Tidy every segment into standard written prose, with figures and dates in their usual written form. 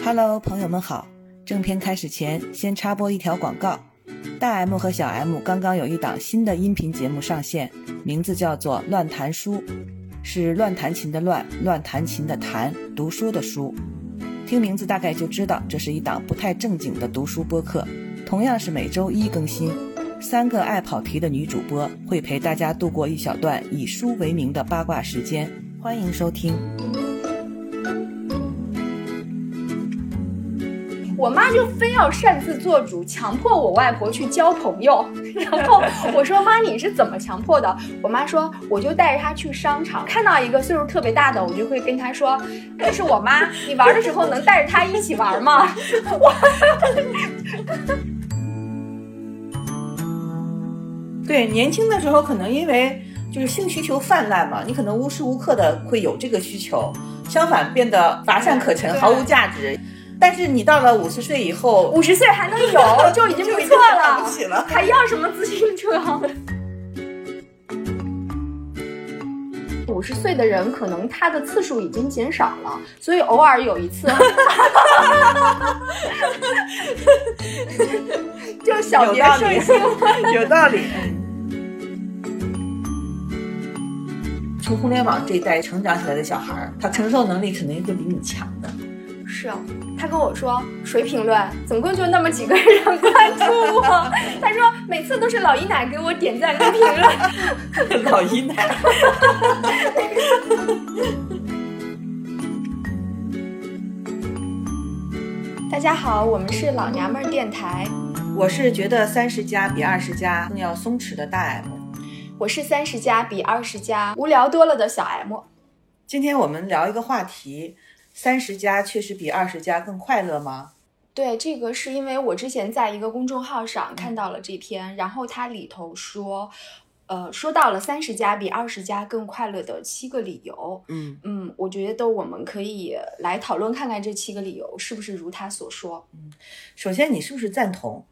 Hello， 朋友们好。正片开始前，先插播一条广告。大 M 和小 M 刚刚有一档新的音频节目上线，名字叫做《乱弹书》，是乱弹琴的乱，乱弹琴的弹，读书的书。听名字大概就知道，这是一档不太正经的读书播客。同样是每周一更新，3个爱跑题的女主播会陪大家度过一小段以书为名的八卦时间，欢迎收听。 我妈就非要擅自做主，强迫我外婆去交朋友。然后我说妈，你是怎么强迫的？我妈说我就带着她去商场，看到一个岁数特别大的，我就会跟她说，这是我妈，你玩的时候能带着她一起玩吗？ 对，年轻的时候可能因为就是性需求泛滥嘛，你可能无时无刻的会有这个需求，相反变得乏善可陈，毫无价值。但是你到了50岁以后 ，50岁还能有就已经不错了，还要什么自行车？50岁的人可能他的次数已经减少了，所以偶尔有一次就小别胜新婚， 有道理。从互联网这一代成长起来的小孩，他承受能力肯定会比你强的。 是啊，他跟我说谁评论，总共就那么几个人关注我。他说每次都是老姨奶给我点赞跟评论。 老姨奶。 大家好，我们是老娘们电台。 我是觉得30+比20+更要松弛的大 M。 我是30+比20+无聊多了的小 M。 今天我们聊一个话题，30+确实比20+更快乐吗？ 对，这个是因为我之前在一个公众号上看到了这篇，然后它里头说到了30+比20+更快乐的7个理由。我觉得我们可以来讨论看看这7个理由是不是如他所说。 首先你是不是赞同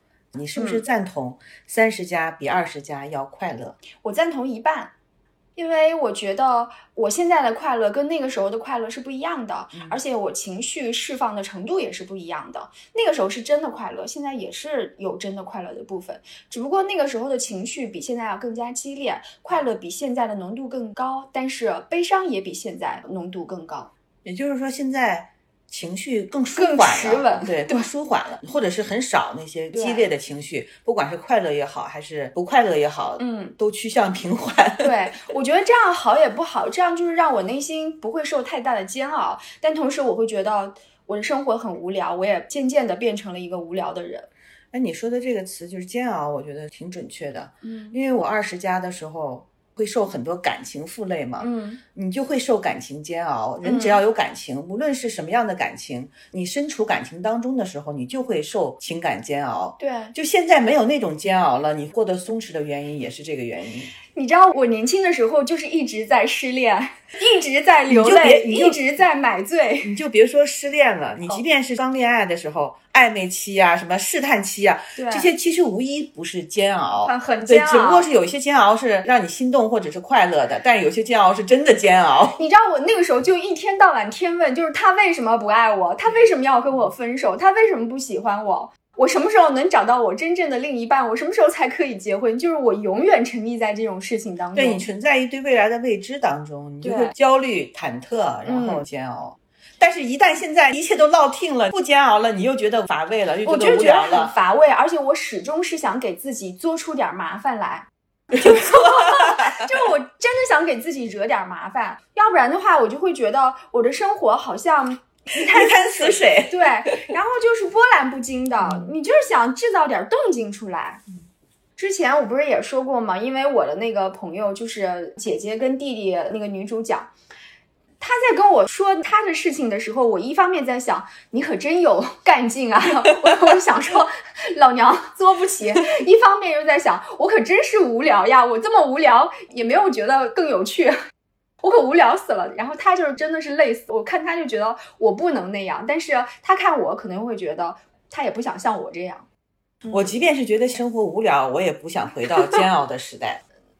30+比20+要快乐？ 我赞同一半。因为我觉得我现在的快乐跟那个时候的快乐是不一样的，而且我情绪释放的程度也是不一样的。那个时候是真的快乐，现在也是有真的快乐的部分，只不过那个时候的情绪比现在要更加激烈，快乐比现在的浓度更高，但是悲伤也比现在浓度更高。 也就是说现在情绪更舒缓了， 更持稳， 对，更舒缓了，或者是很少那些激烈的情绪，不管是快乐也好，还是不快乐也好，都趋向平缓。 对，我觉得这样好也不好，这样就是让我内心不会受太大的煎熬，但同时我会觉得我的生活很无聊，我也渐渐的变成了一个无聊的人。 哎，你说的这个词就是煎熬，我觉得挺准确的。因为我20+的时候会受很多感情负累嘛，你就会受感情煎熬。人只要有感情，无论是什么样的感情，你身处感情当中的时候，你就会受情感煎熬。 对， 就现在没有那种煎熬了，你过得松弛的原因也是这个原因。 你知道我年轻的时候就是一直在失恋，一直在流泪，一直在买醉。 你就别说失恋了，你即便是刚恋爱的时候，暧昧期啊，什么试探期啊，这些其实无一不是煎熬， 很煎熬。 对，只不过是有一些煎熬是让你心动或者是快乐的，但是有些煎熬是真的煎熬。 你知道我那个时候就一天到晚天问，就是他为什么不爱我，他为什么要跟我分手，他为什么不喜欢我，我什么时候能找到我真正的另一半，我什么时候才可以结婚，就是我永远沉溺在这种事情当中。 对，你存在于对未来的未知当中，你就会焦虑忐忑，然后煎熬。但是一旦现在一切都落定了，不煎熬了，你又觉得乏味了，又觉得无聊了。 我就觉得很乏味，而且我始终是想给自己做出点麻烦来。就是我真的想给自己惹点麻烦，要不然的话我就会觉得我的生活好像一滩死水。 对，然后就是波澜不惊的，你就是想制造点动静出来。之前我不是也说过吗？因为我的那个朋友就是姐姐跟弟弟那个女主角，他在跟我说他的事情的时候，我一方面在想你可真有干劲啊，我想说老娘作不起，一方面又在想我可真是无聊呀，我这么无聊也没有觉得更有趣，我可无聊死了。然后他就是真的是累死，我看他就觉得我不能那样，但是他看我可能会觉得他也不想像我这样。 我即便是觉得生活无聊，我也不想回到煎熬的时代。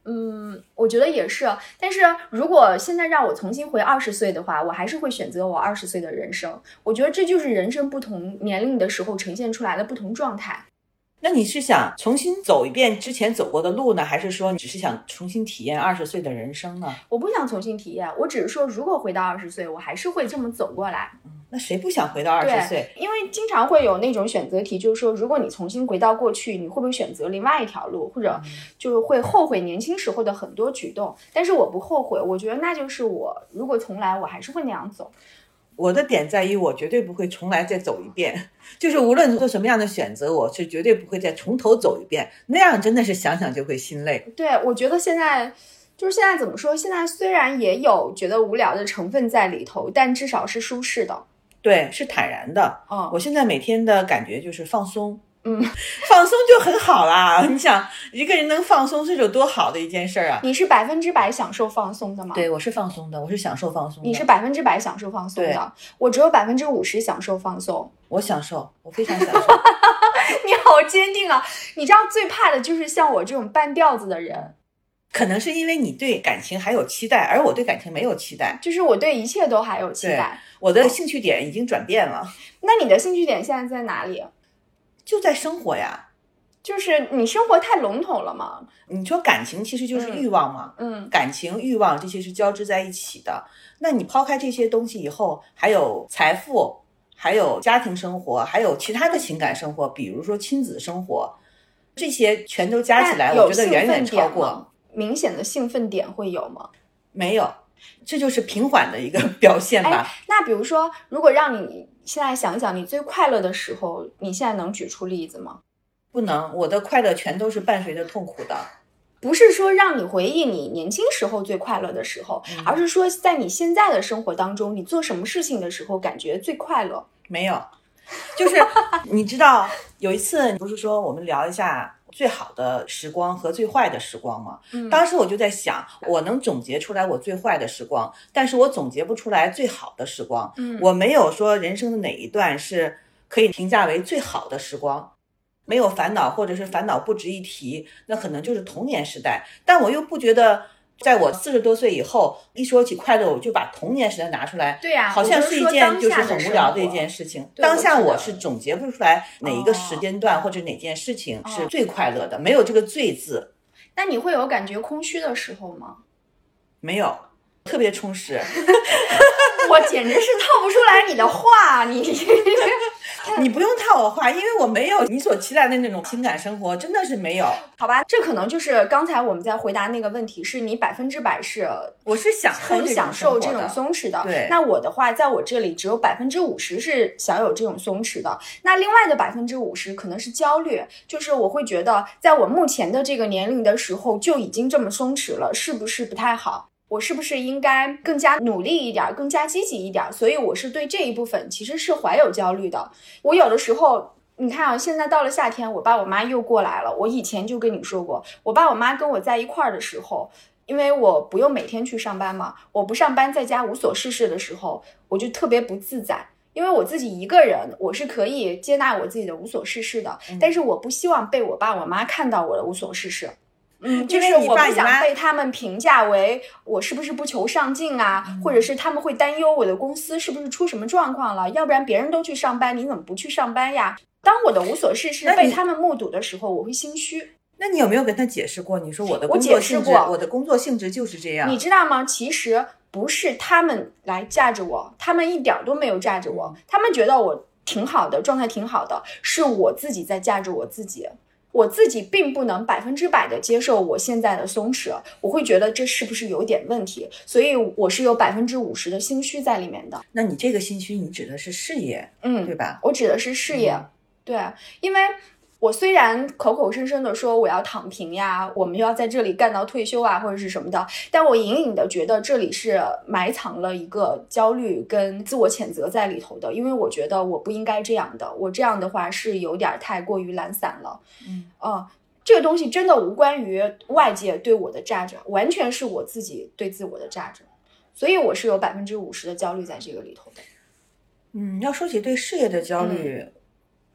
我觉得也是，但是如果现在让我重新回20岁的话，我还是会选择我20岁的人生。我觉得这就是人生不同年龄的时候呈现出来的不同状态。 那你是想重新走一遍之前走过的路呢，还是说你只是想重新体验20岁的人生呢？ 我不想重新体验，我只是说如果回到20岁，我还是会这么走过来。 那谁不想回到20岁？ 因为经常会有那种选择题，就是说如果你重新回到过去，你会不会选择另外一条路，或者就是会后悔年轻时候的很多举动。但是我不后悔，我觉得那就是我如果重来，我还是会那样走。 我的点在于我绝对不会重来再走一遍，就是无论做什么样的选择，我是绝对不会再从头走一遍，那样真的是想想就会心累。 对，我觉得现在怎么说，现在虽然也有觉得无聊的成分在里头，但至少是舒适的。 对，是坦然的。我现在每天的感觉就是放松。放松就很好啦。你想一个人能放松是有多好的一件事啊。 你是100%享受放松的吗？ 对，我是放松的，我是享受放松的。 你是100%享受放松的，我只有50%享受放松。 我享受，我非常享受。 你好坚定啊！你知道最怕的就是像我这种半吊子的人。 可能是因为你对感情还有期待，而我对感情没有期待。 就是我对一切都还有期待。 我的兴趣点已经转变了。 那你的兴趣点现在在哪里？ 就在生活呀。 就是你生活太笼统了嘛。 你说感情其实就是欲望嘛。感情欲望这些是交织在一起的。那你抛开这些东西以后，还有财富，还有家庭生活，还有其他的情感生活，比如说亲子生活，这些全都加起来，我觉得远远超过。 明显的兴奋点会有吗？ 没有，这就是平缓的一个表现吧。 那比如说，如果让你现在想想你最快乐的时候，你现在能举出例子吗？ 不能，我的快乐全都是伴随着痛苦的。 不是说让你回忆你年轻时候最快乐的时候，而是说在你现在的生活当中，你做什么事情的时候感觉最快乐？ 没有，就是你知道有一次不是说我们聊一下最好的时光和最坏的时光吗？当时我就在想，我能总结出来我最坏的时光，但是我总结不出来最好的时光。我没有说人生的哪一段是可以评价为最好的时光，没有烦恼，或者是烦恼不值一提，那可能就是童年时代。但我又不觉得在我40多岁以后，一说起快乐我就把童年时代拿出来， 对呀， 好像是一件就是很无聊的一件事情。当下我是总结不出来哪一个时间段或者哪件事情是最快乐的，没有这个最字。 那你会有感觉空虚的时候吗？ 没有，特别充实。 我简直是套不出来你的话， 你不用套我话，因为我没有你所期待的那种情感生活，真的是没有。 好吧，这可能就是刚才我们在回答那个问题，是你100%是， 我是很享受这种松弛的。 对， 那我的话，在我这里只有50%是享有这种松弛的，那另外的50%可能是焦虑，就是我会觉得，在我目前的这个年龄的时候就已经这么松弛了，是不是不太好？我是不是应该更加努力一点，更加积极一点？所以我是对这一部分其实是怀有焦虑的。我有的时候你看啊，现在到了夏天，我爸我妈又过来了。我以前就跟你说过，我爸我妈跟我在一块儿的时候，因为我不用每天去上班嘛，我不上班在家无所事事的时候，我就特别不自在。因为我自己一个人，我是可以接纳我自己的无所事事的，但是我不希望被我爸我妈看到我的无所事事。就是我不想被他们评价为我是不是不求上进啊，或者是他们会担忧我的公司是不是出什么状况了，要不然别人都去上班，你怎么不去上班呀？当我的无所事事被他们目睹的时候，我会心虚。 那你有没有跟他解释过？你说我的工作性质，我的工作性质就是这样。 你知道吗？其实不是他们来架着我，他们一点都没有架着我，他们觉得我挺好的，状态挺好的，是我自己在架着我自己。我自己并不能100%的接受我现在的松弛，我会觉得这是不是有点问题，所以我是有50%的心虚在里面的。 那你这个心虚，你指的是事业，对吧？ 我指的是事业，对，因为我虽然口口声声的说我要躺平呀，我们要在这里干到退休啊，或者是什么的，但我隐隐的觉得这里是埋藏了一个焦虑跟自我谴责在里头的，因为我觉得我不应该这样的，我这样的话是有点太过于懒散了。这个东西真的无关于外界对我的价值，完全是我自己对自我的价值，所以我是有50%的焦虑在这个里头的。 要说起对事业的焦虑，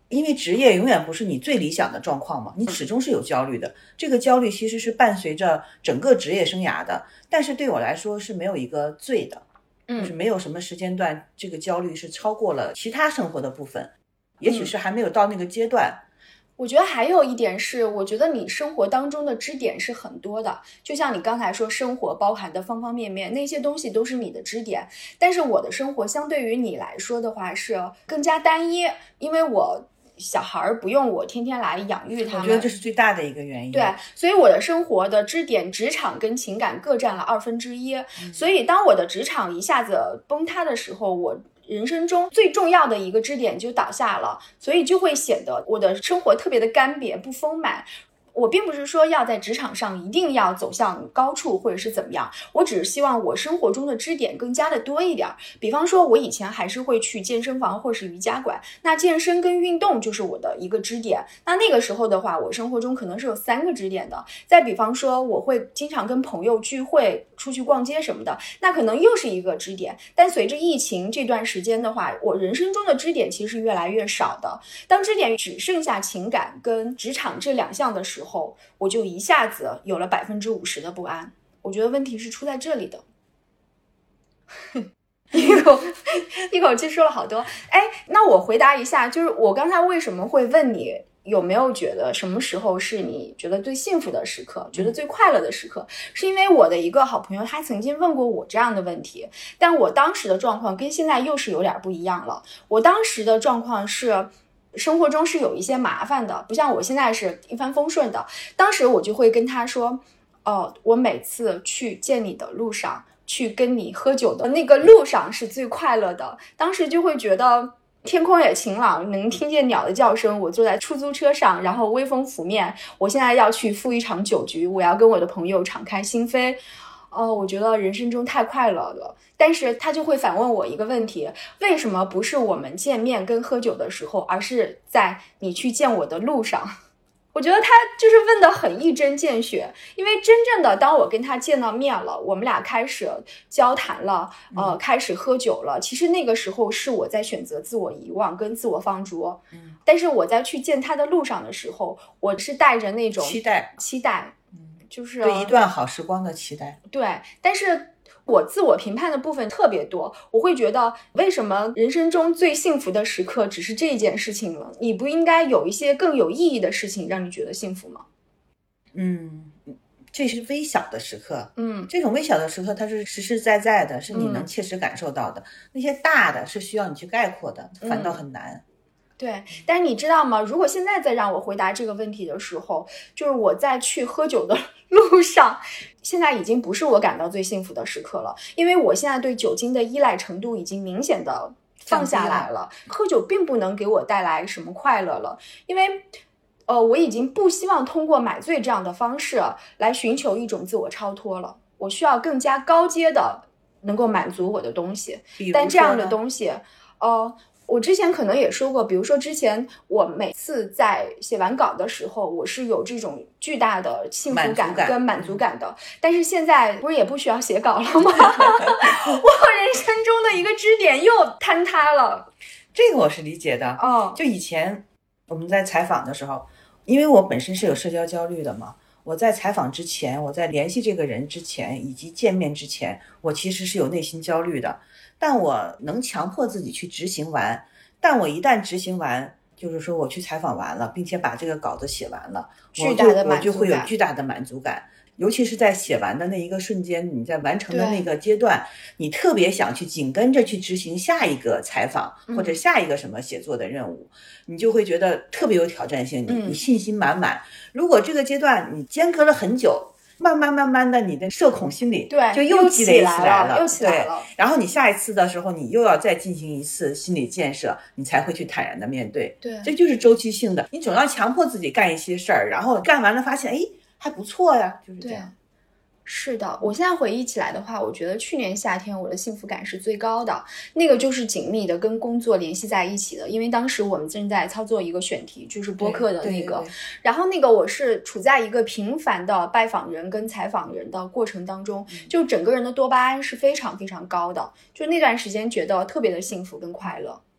因为职业永远不是你最理想的状况嘛，你始终是有焦虑的，这个焦虑其实是伴随着整个职业生涯的，但是对我来说是没有一个最的，就是没有什么时间段这个焦虑是超过了其他生活的部分，也许是还没有到那个阶段。 我觉得还有一点是，我觉得你生活当中的支点是很多的，就像你刚才说，生活包含的方方面面，那些东西都是你的支点。但是我的生活相对于你来说的话是更加单一，因为我小孩不用我天天来养育他们， 我觉得这是最大的一个原因。 对，所以我的生活的支点，职场跟情感各占了1/2。所以当我的职场一下子崩塌的时候，我人生中最重要的一个支点就倒下了，所以就会显得我的生活特别的干瘪不丰满。我并不是说要在职场上一定要走向高处或者是怎么样，我只是希望我生活中的支点更加的多一点。比方说我以前还是会去健身房或是瑜伽馆，那健身跟运动就是我的一个支点，那个时候的话我生活中可能是有3个支点的。再比方说我会经常跟朋友聚会出去逛街什么的，那可能又是一个支点。但随着疫情这段时间的话，我人生中的支点其实是越来越少的，当支点只剩下情感跟职场这2项的时候，我就一下子有了50%的不安。我觉得问题是出在这里的。一口气说了好多。那我回答一下，就是我刚才为什么会问你有没有觉得什么时候是你觉得最幸福的时刻，觉得最快乐的时刻，是因为我的一个好朋友他曾经问过我这样的问题，但我当时的状况跟现在又是有点不一样了。我当时的状况是生活中是有一些麻烦的，不像我现在是一帆风顺的。当时我就会跟他说，我每次去见你的路上，去跟你喝酒的那个路上是最快乐的。当时就会觉得天空也晴朗，能听见鸟的叫声，我坐在出租车上，然后微风拂面，我现在要去赴一场酒局，我要跟我的朋友敞开心扉。我觉得人生中太快乐了。但是他就会反问我一个问题，为什么不是我们见面跟喝酒的时候，而是在你去见我的路上？我觉得他就是问得很一针见血，因为真正的当我跟他见到面了，我们俩开始交谈了，开始喝酒了，其实那个时候是我在选择自我遗忘跟自我放逐。但是我在去见他的路上的时候，我是带着那种期待，就是对一段好时光的期待。 对，但是我自我评判的部分特别多，我会觉得为什么人生中最幸福的时刻只是这一件事情了？你不应该有一些更有意义的事情让你觉得幸福吗？ 这是微小的时刻，这种微小的时刻它是实实在在的，是你能切实感受到的。那些大的是需要你去概括的，反倒很难。 对，但是你知道吗？如果现在再让我回答这个问题的时候，就是我在去喝酒的路上，现在已经不是我感到最幸福的时刻了，因为我现在对酒精的依赖程度已经明显的放下来了。喝酒并不能给我带来什么快乐了，因为我已经不希望通过买醉这样的方式来寻求一种自我超脱了，我需要更加高阶的能够满足我的东西。但这样的东西我之前可能也说过，比如说之前我每次在写完稿的时候，我是有这种巨大的幸福感跟满足感的，但是现在不是也不需要写稿了吗？我人生中的一个支点又坍塌了。 这个我是理解的。就以前我们在采访的时候，因为我本身是有社交焦虑的嘛，我在采访之前，我在联系这个人之前以及见面之前，我其实是有内心焦虑的，但我能强迫自己去执行完。但我一旦执行完，就是说我去采访完了，并且把这个稿子写完了，我就会有巨大的满足感。尤其是在写完的那一个瞬间，你在完成的那个阶段，你特别想去紧跟着去执行下一个采访或者下一个什么写作的任务，你就会觉得特别有挑战性，你信心满满。如果这个阶段你间隔了很久，慢慢的你的社恐心理就又积累起来了，对，然后你下一次的时候你又要再进行一次心理建设，你才会去坦然的面对。 对， 这就是周期性的，你总要强迫自己干一些事儿，然后干完了发现还不错呀，就是这样。 是的，我现在回忆起来的话，我觉得去年夏天我的幸福感是最高的，那个就是紧密的跟工作联系在一起的，因为当时我们正在操作一个选题，就是播客的那个，然后那个我是处在一个频繁的拜访人跟采访人的过程当中，就整个人的多巴胺是非常非常高的，就那段时间觉得特别的幸福跟快乐。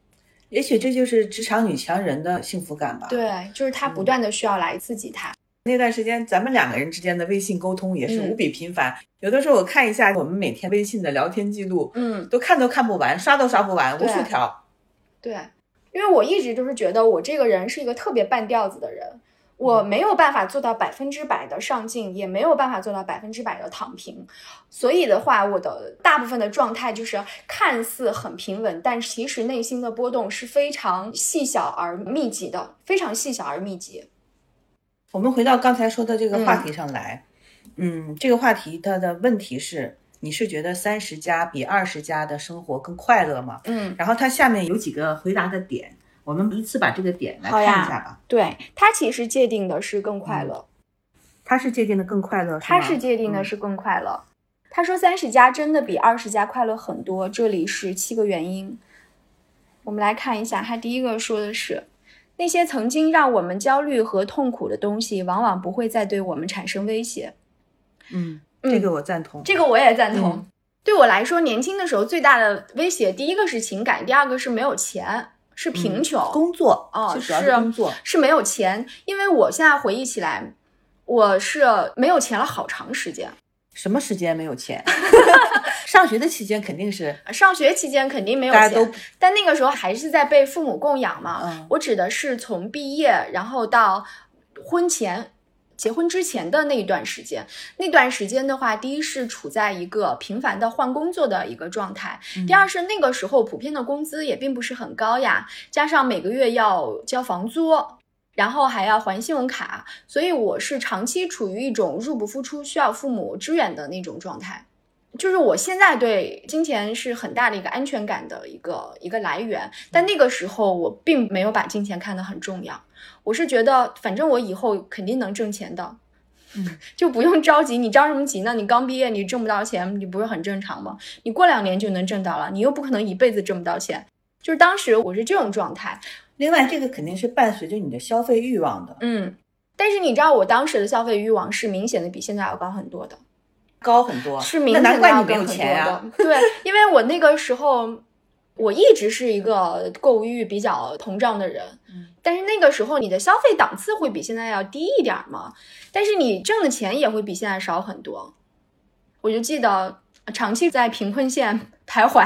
也许这就是职场女强人的幸福感吧。 对，就是她不断的需要来刺激她。 那段时间咱们2个人之间的微信沟通也是无比频繁，有的时候我看一下我们每天微信的聊天记录，都看不完，刷不完，无数条。 对，因为我一直就是觉得我这个人是一个特别半吊子的人，我没有办法做到100%的上进，也没有办法做到100%的躺平，所以的话，我的大部分的状态就是看似很平稳，但其实内心的波动是非常细小而密集的，非常细小而密集。 我们回到刚才说的这个话题上来，这个话题它的问题是，你是觉得30+比20+的生活更快乐吗？然后它下面有几个回答的点，我们依次把这个点来看一下吧。 对，它其实界定的是更快乐。 它是界定的更快乐， 它是界定的是更快乐。他说30+真的比20+快乐很多，这里是7个原因。我们来看一下，他第一个说的是，那些曾经让我们焦虑和痛苦的东西，往往不会再对我们产生威胁。 这个我赞同。 这个我也赞同。对我来说，年轻的时候最大的威胁，第一个是情感，第二个是没有钱，是贫穷。 工作主要是工作， 是没有钱。因为我现在回忆起来，我是没有钱了好长时间。 什么时间没有钱？上学的期间肯定是， 上学期间肯定没有钱， 大家都， 但那个时候还是在被父母供养嘛。我指的是从毕业然后到婚前结婚之前的那一段时间。那段时间的话，第一是处在一个频繁的换工作的一个状态，第二是那个时候普遍的工资也并不是很高呀，加上每个月要交房租，然后还要还信用卡，所以我是长期处于一种入不敷出，需要父母支援的那种状态。就是我现在对金钱是很大的一个安全感的一个来源，但那个时候我并没有把金钱看得很重要，我是觉得反正我以后肯定能挣钱的，就不用着急。你着什么急呢？你刚毕业你挣不到钱，你不是很正常吗？你过2年就能挣到了，你又不可能一辈子挣不到钱。就是当时我是这种状态。 另外这个肯定是伴随着你的消费欲望的。 但是你知道我当时的消费欲望是明显的比现在要高很多的。 高很多， 是明显的那难怪你没有钱呀。 对，因为我那个时候我一直是一个购物欲比较膨胀的人，但是那个时候你的消费档次会比现在要低一点嘛，但是你挣的钱也会比现在少很多。我就记得长期在贫困线徘徊。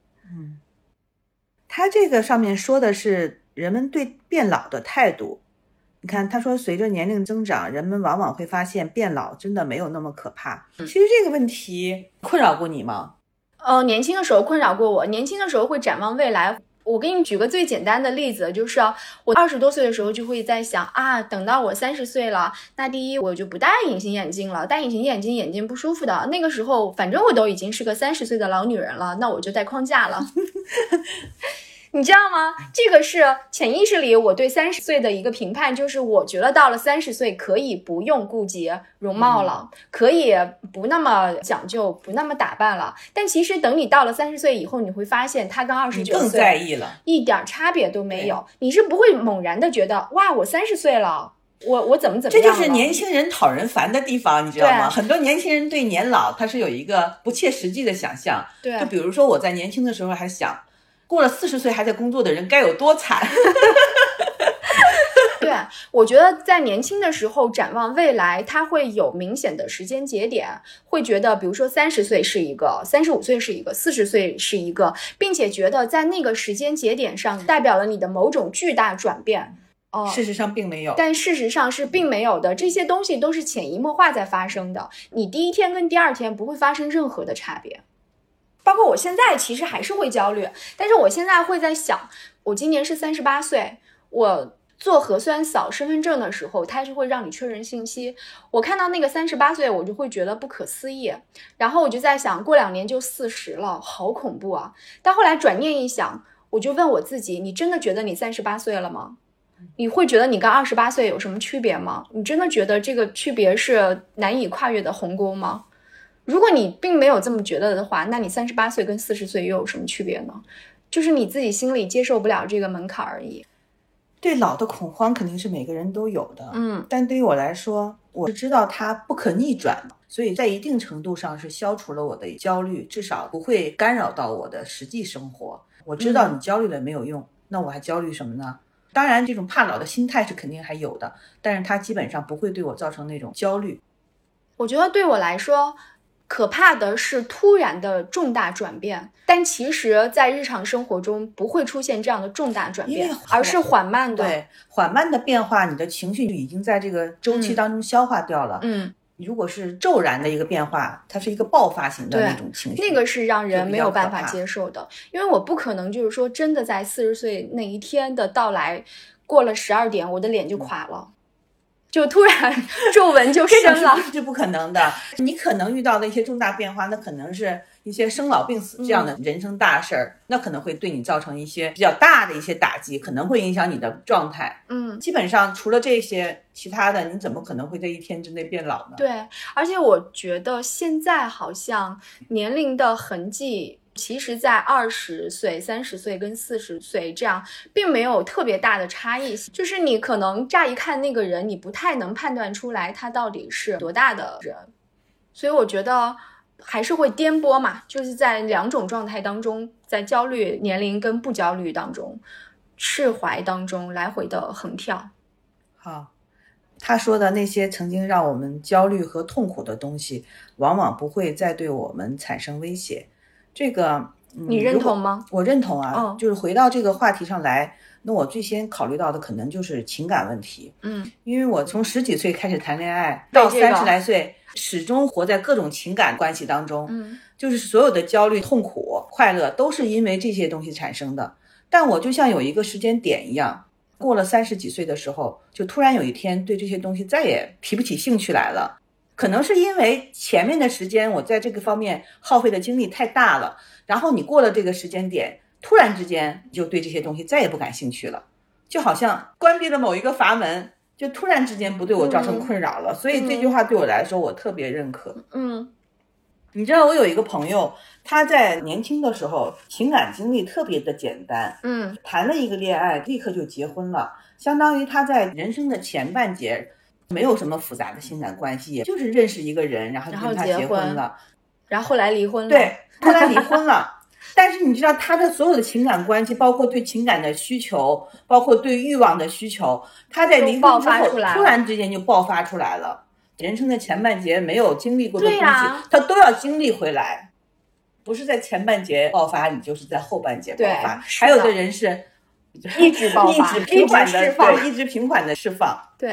他这个上面说的是人们对变老的态度。你看他说随着年龄增长，人们往往会发现变老真的没有那么可怕。其实这个问题困扰过你吗？ 年轻的时候困扰过我。年轻的时候会展望未来。我给你举个最简单的例子，就是我20多岁的时候就会在想啊，等到我30岁了，那第一我就不戴隐形眼镜了，戴隐形眼镜眼睛不舒服的。那个时候反正我都已经是个30岁的老女人了，那我就戴框架了。你知道吗？这个是潜意识里我对30岁的一个评判，就是我觉得到了30岁可以不用顾及容貌了，可以不那么讲究，不那么打扮了。但其实等你到了30岁以后，你会发现它跟29岁更在意了， 一点差别都没有。你是不会猛然的觉得哇，我30岁了，我怎么样了。 这就是年轻人讨人烦的地方，你知道吗？很多年轻人对年老他是有一个不切实际的想象。 对， 就比如说我在年轻的时候还想，过了40岁还在工作的人该有多惨。 对，我觉得在年轻的时候展望未来，它会有明显的时间节点，会觉得比如说30岁是一个，35岁是一个，40岁是一个，并且觉得在那个时间节点上代表了你的某种巨大转变。 事实上并没有， 但事实上是并没有的，这些东西都是潜移默化在发生的，你第一天跟第二天不会发生任何的差别。包括我现在其实还是会焦虑，但是我现在会在想，我今年是38岁，我做核酸扫身份证的时候，它是会让你确认信息，我看到那个38岁我就会觉得不可思议，然后我就在想过2年就40了，好恐怖啊。但后来转念一想，我就问我自己，你真的觉得你38岁了吗？你会觉得你跟28岁有什么区别吗？你真的觉得这个区别是难以跨越的鸿沟吗？如果你并没有这么觉得的话，那你38岁跟40岁又有什么区别呢？就是你自己心里接受不了这个门槛而已。 对老的恐慌肯定是每个人都有的，但对于我来说，我是知道它不可逆转的，所以在一定程度上是消除了我的焦虑，至少不会干扰到我的实际生活。我知道你焦虑了没有用， 那我还焦虑什么呢？当然这种怕老的心态是肯定还有的，但是它基本上不会对我造成那种焦虑。 我觉得对我来说可怕的是突然的重大转变，但其实在日常生活中不会出现这样的重大转变，而是缓慢的。 对，缓慢的变化，你的情绪已经在这个周期当中消化掉了。如果是骤然的一个变化，它是一个爆发型的那种情绪， 那个是让人没有办法接受的。因为我不可能就是说真的在40岁那一天的到来，过了12点我的脸就垮了，就突然皱纹就深了。 这是不可能的。你可能遇到的一些重大变化，那可能是一些生老病死这样的人生大事儿，那可能会对你造成一些比较大的一些打击，可能会影响你的状态。基本上除了这些，其他的你怎么可能会在一天之内变老呢？ 对，而且我觉得现在好像年龄的痕迹其实在20岁、30岁跟40岁这样并没有特别大的差异，就是你可能乍一看那个人，你不太能判断出来他到底是多大的人，所以我觉得还是会颠簸嘛，就是在两种状态当中，在焦虑年龄跟不焦虑当中，释怀当中来回的横跳。 好，他说的那些曾经让我们焦虑和痛苦的东西，往往不会再对我们产生威胁。这个你认同吗？ 我认同啊。就是回到这个话题上来，那我最先考虑到的可能就是情感问题。因为我从10几岁开始谈恋爱，到30来岁，始终活在各种情感关系当中。就是所有的焦虑、痛苦、快乐都是因为这些东西产生的。但我就像有一个时间点一样，过了30几岁的时候，就突然有一天对这些东西再也提不起兴趣来了。可能是因为前面的时间我在这个方面耗费的精力太大了，然后你过了这个时间点，突然之间就对这些东西再也不感兴趣了，就好像关闭了某一个阀门，就突然之间不对我造成困扰了。所以这句话对我来说我特别认可。你知道我有一个朋友，他在年轻的时候情感经历特别的简单，谈了一个恋爱立刻就结婚了，相当于他在人生的前半截没有什么复杂的情感关系，就是认识一个人，然后就跟他结婚了， 然后后来离婚了。 对，后来离婚了。但是你知道他的所有的情感关系，包括对情感的需求，包括对欲望的需求，他在离婚之后突然之间就爆发出来了。人生的前半截没有经历过的东西，他都要经历回来，不是在前半截爆发，你就是在后半截爆发。还有的人是一直爆发， 一直平缓的释放，对，一直平缓的释放。 对，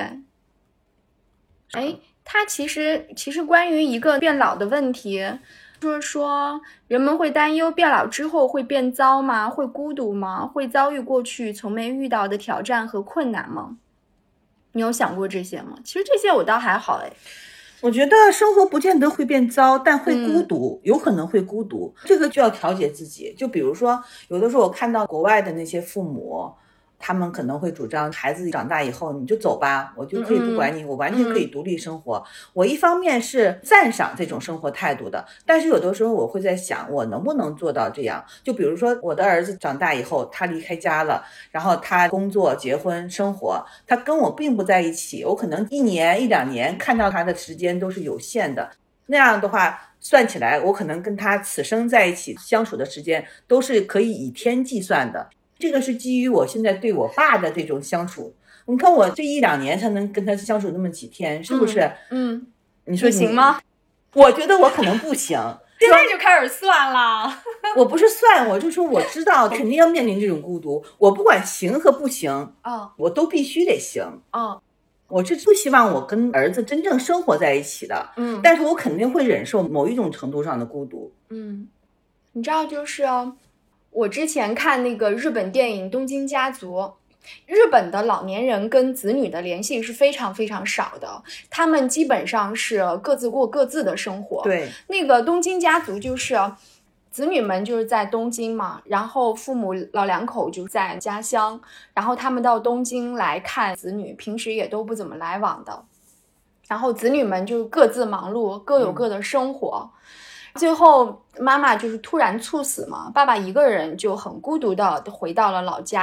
他其实关于一个变老的问题，说人们会担忧变老之后会变糟吗？会孤独吗？会遭遇过去从没遇到的挑战和困难吗？你有想过这些吗？其实这些我倒还好。 我觉得生活不见得会变糟，但会孤独，有可能会孤独，这个就要调节自己。就比如说有的时候我看到国外的那些父母，他们可能会主张孩子长大以后你就走吧，我就可以不管你，我完全可以独立生活。我一方面是赞赏这种生活态度的，但是有的时候我会在想我能不能做到这样。就比如说我的儿子长大以后，他离开家了，然后他工作结婚生活，他跟我并不在一起，我可能1年1、2年看到他的时间都是有限的。那样的话算起来，我可能跟他此生在一起相处的时间都是可以以天计算的。这个是基于我现在对我爸的这种相处，你看我这1、2年才能跟他相处那么几天，是不是？你说你行吗？ 我觉得我可能不行。 现在就开始算了。 我不是算，我就说我知道肯定要面临这种孤独，我不管行和不行，我都必须得行。我是不希望我跟儿子真正生活在一起的，但是我肯定会忍受某一种程度上的孤独。 你知道就是我之前看那个日本电影《东京家族》，日本的老年人跟子女的联系是非常非常少的，他们基本上是各自过各自的生活。 对， 那个东京家族就是子女们就是在东京嘛，然后父母老两口就在家乡，然后他们到东京来看子女，平时也都不怎么来往的，然后子女们就各自忙碌，各有各的生活。最后妈妈就是突然猝死嘛，爸爸一个人就很孤独的回到了老家。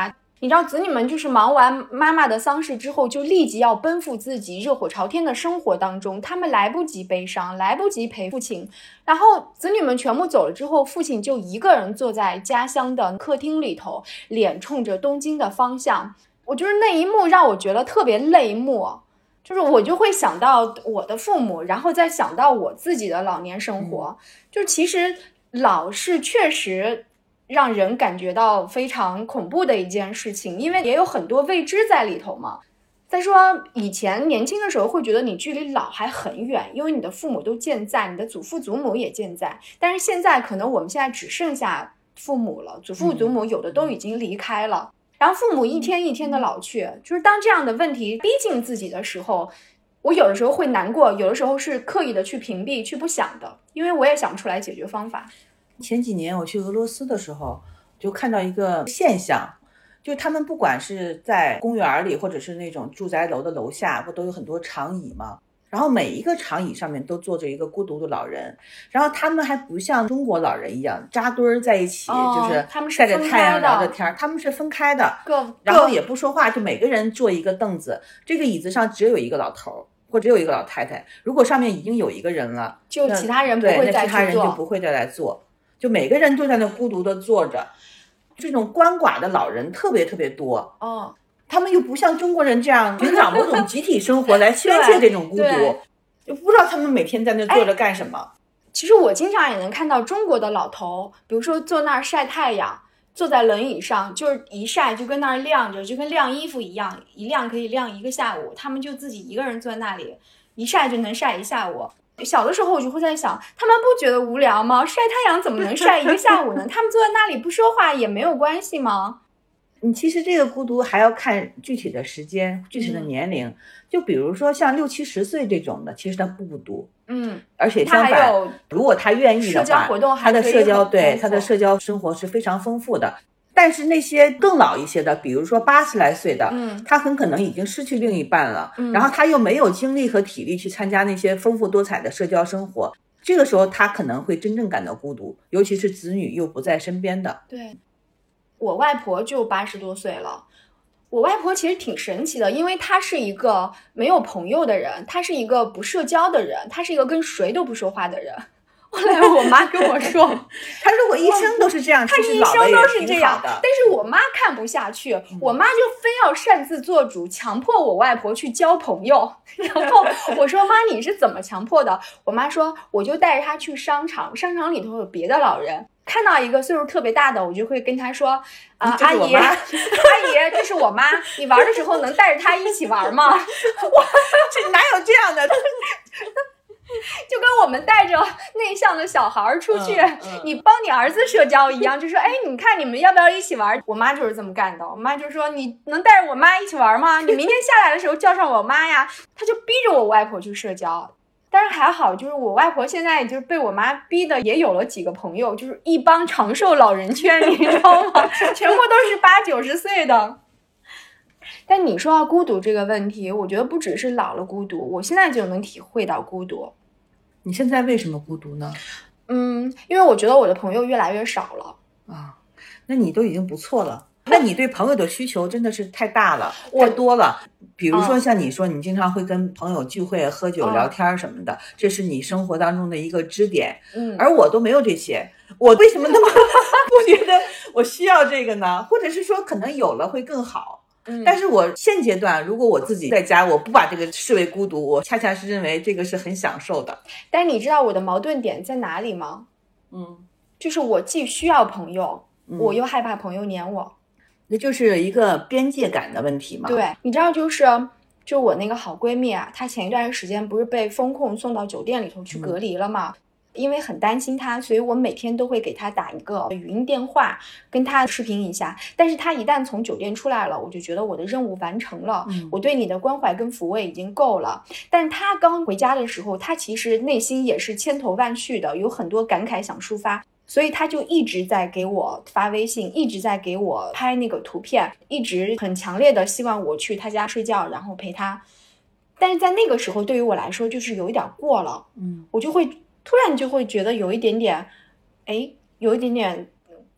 你知道子女们就是忙完妈妈的丧事之后，就立即要奔赴自己热火朝天的生活当中，他们来不及悲伤，来不及陪父亲，然后子女们全部走了之后，父亲就一个人坐在家乡的客厅里头，脸冲着东京的方向。我就是那一幕让我觉得特别泪目，就是我就会想到我的父母，然后再想到我自己的老年生活，就其实老是确实让人感觉到非常恐怖的一件事情，因为也有很多未知在里头嘛。再说以前年轻的时候会觉得你距离老还很远，因为你的父母都健在，你的祖父祖母也健在，但是现在可能我们现在只剩下父母了，祖父祖母有的都已经离开了，然后父母一天一天的老去，就是当这样的问题逼近自己的时候，我有的时候会难过，有的时候是刻意的去屏蔽去不想的，因为我也想不出来解决方法。 前几年我去俄罗斯的时候，就看到一个现象，就他们不管是在公园里，或者是那种住宅楼的楼下，不都有很多长椅吗？然后每一个长椅上面都坐着一个孤独的老人，然后他们还不像中国老人一样扎堆儿在一起，就是晒着太阳聊着天，他们是分开的，然后也不说话，就每个人坐一个凳子，这个椅子上只有一个老头或只有一个老太太，如果上面已经有一个人了， 就其他人不会再去坐， 对，那其他人就不会再来坐，就每个人都在那孤独的坐着。这种鳏寡的老人特别特别多哦， 他们又不像中国人这样寻找某种集体生活来宣泄这种孤独，就不知道他们每天在那坐着干什么。 其实我经常也能看到中国的老头，比如说坐那儿晒太阳，坐在轮椅上，就是一晒就跟那儿晾着，就跟晾衣服一样，一晾可以晾一个下午，他们就自己一个人坐在那里，一晒就能晒一下午。小的时候我就会在想，他们不觉得无聊吗？晒太阳怎么能晒一个下午呢？他们坐在那里不说话也没有关系吗？ 你其实这个孤独还要看具体的时间、具体的年龄，就比如说像60、70岁这种的，其实他不孤独，而且相反，如果他愿意的话，他的社交他的社交生活是非常丰富的。但是那些更老一些的，比如说80来岁的，他很可能已经失去另一半了，然后他又没有精力和体力去参加那些丰富多彩的社交生活，这个时候他可能会真正感到孤独，尤其是子女又不在身边的。 对，我外婆就80多岁了。我外婆其实挺神奇的，因为她是一个没有朋友的人，她是一个不社交的人，她是一个跟谁都不说话的人。后来我妈跟我说， 她如果一生都是这样， 她一生都是这样，但是我妈看不下去，我妈就非要擅自做主，强迫我外婆去交朋友。然后我说妈，你是怎么强迫的？我妈说我就带着她去商场，商场里头有别的老人，看到一个岁数特别大的，我就会跟她说阿姨，这是我妈，你玩的时候能带着她一起玩吗？ 这哪有这样的？ 就跟我们带着内向的小孩出去，你帮你儿子社交一样，就说哎，你看你们要不要一起玩？我妈就是这么干的，我妈就说你能带着我妈一起玩吗？你明天下来的时候叫上我妈呀。她就逼着我外婆去社交，但是还好，就是我外婆现在就是被我妈逼的也有了几个朋友，就是一帮长寿老人圈，你知道吗？全部都是80、90岁的。但你说到孤独这个问题，我觉得不只是老了孤独，我现在就能体会到孤独。 你现在为什么孤独呢？ 因为我觉得我的朋友越来越少了啊，那你都已经不错了。那你对朋友的需求真的是太大了，太多了。比如说像你说，你经常会跟朋友聚会、喝酒、聊天什么的，这是你生活当中的一个支点。而我都没有这些，我为什么那么不觉得我需要这个呢？或者是说，可能有了会更好。但是我现阶段如果我自己在家，我不把这个视为孤独，我恰恰是认为这个是很享受的。 但是你知道我的矛盾点在哪里吗？就是我既需要朋友，我又害怕朋友黏我， 那就是一个边界感的问题嘛。 对，你知道就我那个好闺蜜啊，她前一段时间不是被封控送到酒店里头去隔离了吗？因为很担心他，所以我每天都会给他打一个语音电话，跟他视频一下。但是他一旦从酒店出来了，我就觉得我的任务完成了，我对你的关怀跟抚慰已经够了。但是他刚回家的时候，他其实内心也是千头万绪的，有很多感慨想抒发，所以他就一直在给我发微信，一直在给我拍那个图片，一直很强烈的希望我去他家睡觉，然后陪他。但是在那个时候对于我来说就是有一点过了，我就会突然就会觉得有一点点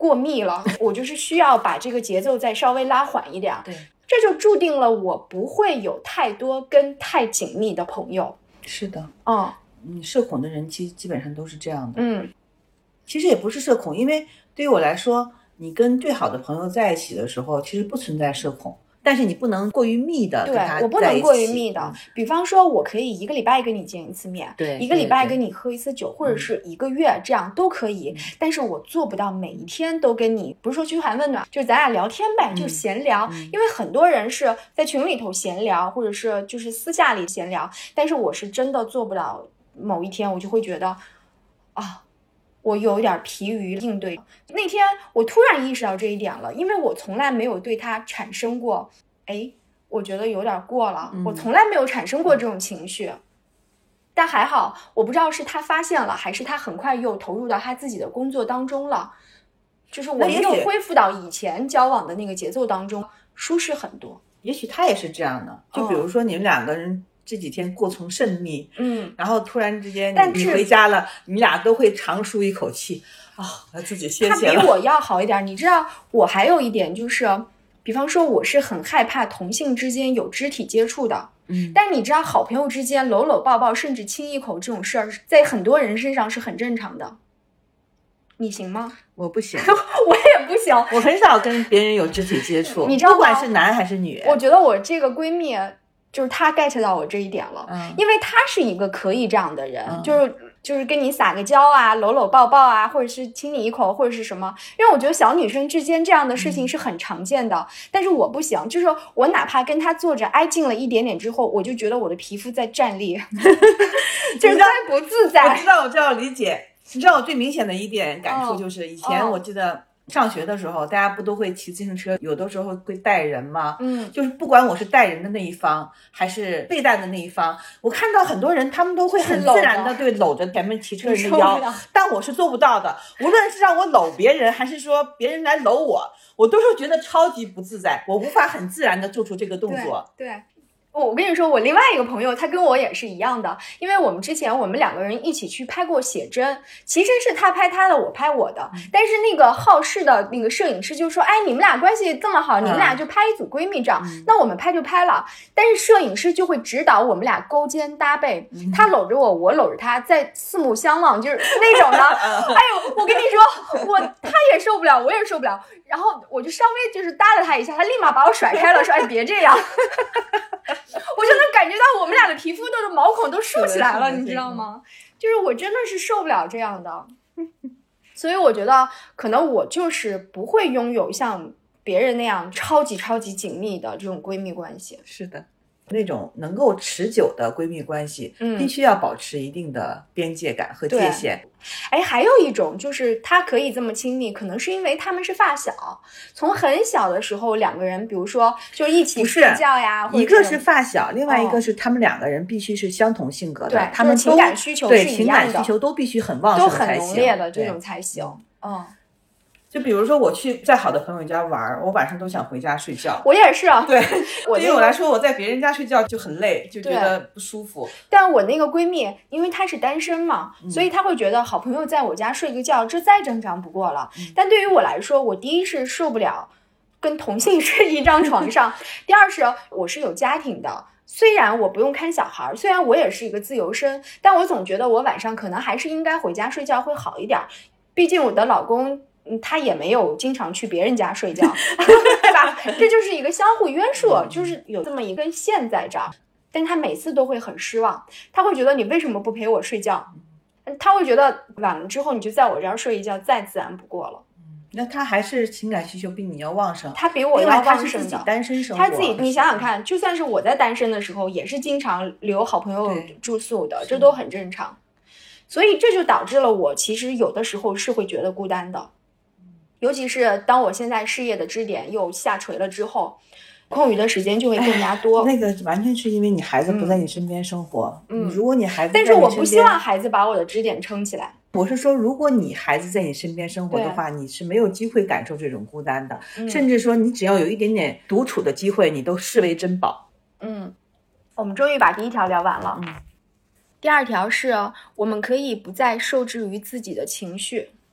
过密了，我就是需要把这个节奏再稍微拉缓一点。 对， 这就注定了我不会有太多跟太紧密的朋友。 是的，社恐的人基本上都是这样的。其实也不是社恐，因为对于我来说，你跟最好的朋友在一起的时候，其实不存在社恐。但是你不能过于密的跟他在一起。 对，我不能过于密的。比方说，我可以1个礼拜跟你见一次面， 对 ，1个礼拜跟你喝一次酒，或者是1个月，这样都可以。但是我做不到每一天都跟你，不是说嘘寒问暖，就是咱俩聊天呗，就闲聊。因为很多人是在群里头闲聊，或者是就是私下里闲聊，但是我是真的做不了。某一天我就会觉得我有点疲于应对。那天我突然意识到这一点了，因为我从来没有对他产生过我觉得有点过了，我从来没有产生过这种情绪。但还好，我不知道是他发现了，还是他很快又投入到他自己的工作当中了，就是我没有恢复到以前交往的那个节奏当中，舒适很多。 也许他也是这样的，就比如说你们2个人这几天过从甚密，然后突然之间你回家了，你俩都会长舒一口气我自己歇歇了。 他比我要好一点。你知道我还有一点就是，比方说我是很害怕同性之间有肢体接触的，但你知道好朋友之间搂搂抱抱甚至亲一口这种事儿，在很多人身上是很正常的。你行吗？ 我不行我也不行， 我很少跟别人有肢体接触， 你知道吗？ 不管是男还是女。 我觉得我这个闺蜜就是她 get 到我这一点了，因为她是一个可以这样的人，就是跟你撒个娇啊，搂搂抱抱啊，或者是亲你一口，或者是什么。因为我觉得小女生之间这样的事情是很常见的，但是我不行，就是我哪怕跟她坐着挨近了一点点之后，我就觉得我的皮肤在战栗，就是在不自在。 我知道，我就要理解。你知道我最明显的一点感受就是以前我记得上学的时候，大家不都会骑自行车，有的时候会带人吗？就是不管我是带人的那一方还是被带的那一方，我看到很多人他们都会很自然的对搂着前面骑车人的腰，但我是做不到的。无论是让我搂别人还是说别人来搂我都是觉得超级不自在，我无法很自然的做出这个动作。 对，我跟你说，我另外一个朋友他跟我也是一样的，因为我们之前我们2个人一起去拍过写真，其实是他拍他的，我拍我的，但是那个好事的那个摄影师就说，你们俩关系这么好，你们俩就拍一组闺蜜照，那我们拍就拍了，但是摄影师就会指导我们俩勾肩搭背，他搂着我，我搂着他，在四目相望，就是那种的。我跟你说，他也受不了，我也受不了，然后我就稍微就是搭了他一下，他立马把我甩开了，说别这样。我就能感觉到我们俩的皮肤都是毛孔都竖起来了，你知道吗？就是我真的是受不了这样的，所以我觉得可能我就是不会拥有像别人那样超级超级紧密的这种闺蜜关系。 是的，那种能够持久的闺蜜关系，必须要保持一定的边界感和界限。 还有一种就是他可以这么亲密，可能是因为他们是发小，从很小的时候2个人，比如说就一起睡觉呀， 一个是发小，另外一个是他们2个人必须是相同性格的， 对， 他们情感需求是一样的， 情感需求都必须很旺盛才行， 都很浓烈的这种才行。 就比如说我去再好的朋友家玩，我晚上都想回家睡觉。 我也是啊。 对，对于我来说，我在别人家睡觉就很累，就觉得不舒服。 但我那个闺蜜，因为她是单身嘛，所以她会觉得好朋友在我家睡个觉，这再正常不过了。但对于我来说，我第一是受不了跟同性睡一张床上，第二是我是有家庭的。虽然我不用看小孩，虽然我也是一个自由身，但我总觉得我晚上可能还是应该回家睡觉会好一点。毕竟我的老公他也没有经常去别人家睡觉，对吧？这就是一个相互约束，就是有这么一根线在这儿。但他每次都会很失望，他会觉得你为什么不陪我睡觉？他会觉得晚了之后你就在我这儿睡一觉，再自然不过了。 那他还是情感需求比你要旺盛， 他比我要旺盛的。 他是自己单身生活， 他自己，你想想看，就算是我在单身的时候，也是经常留好朋友住宿的，这都很正常。所以这就导致了我其实有的时候是会觉得孤单的，尤其是当我现在事业的支点又下垂了之后，空余的时间就会更加多。 那个完全是因为你孩子不在你身边生活。如果你孩子在你身边，但是我不希望孩子把我的支点撑起来。 我是说，如果你孩子在你身边生活的话，你是没有机会感受这种孤单的，甚至说你只要有一点点独处的机会，你都视为珍宝。 我们终于把第一条聊完了。第二条是我们可以不再受制于自己的情绪。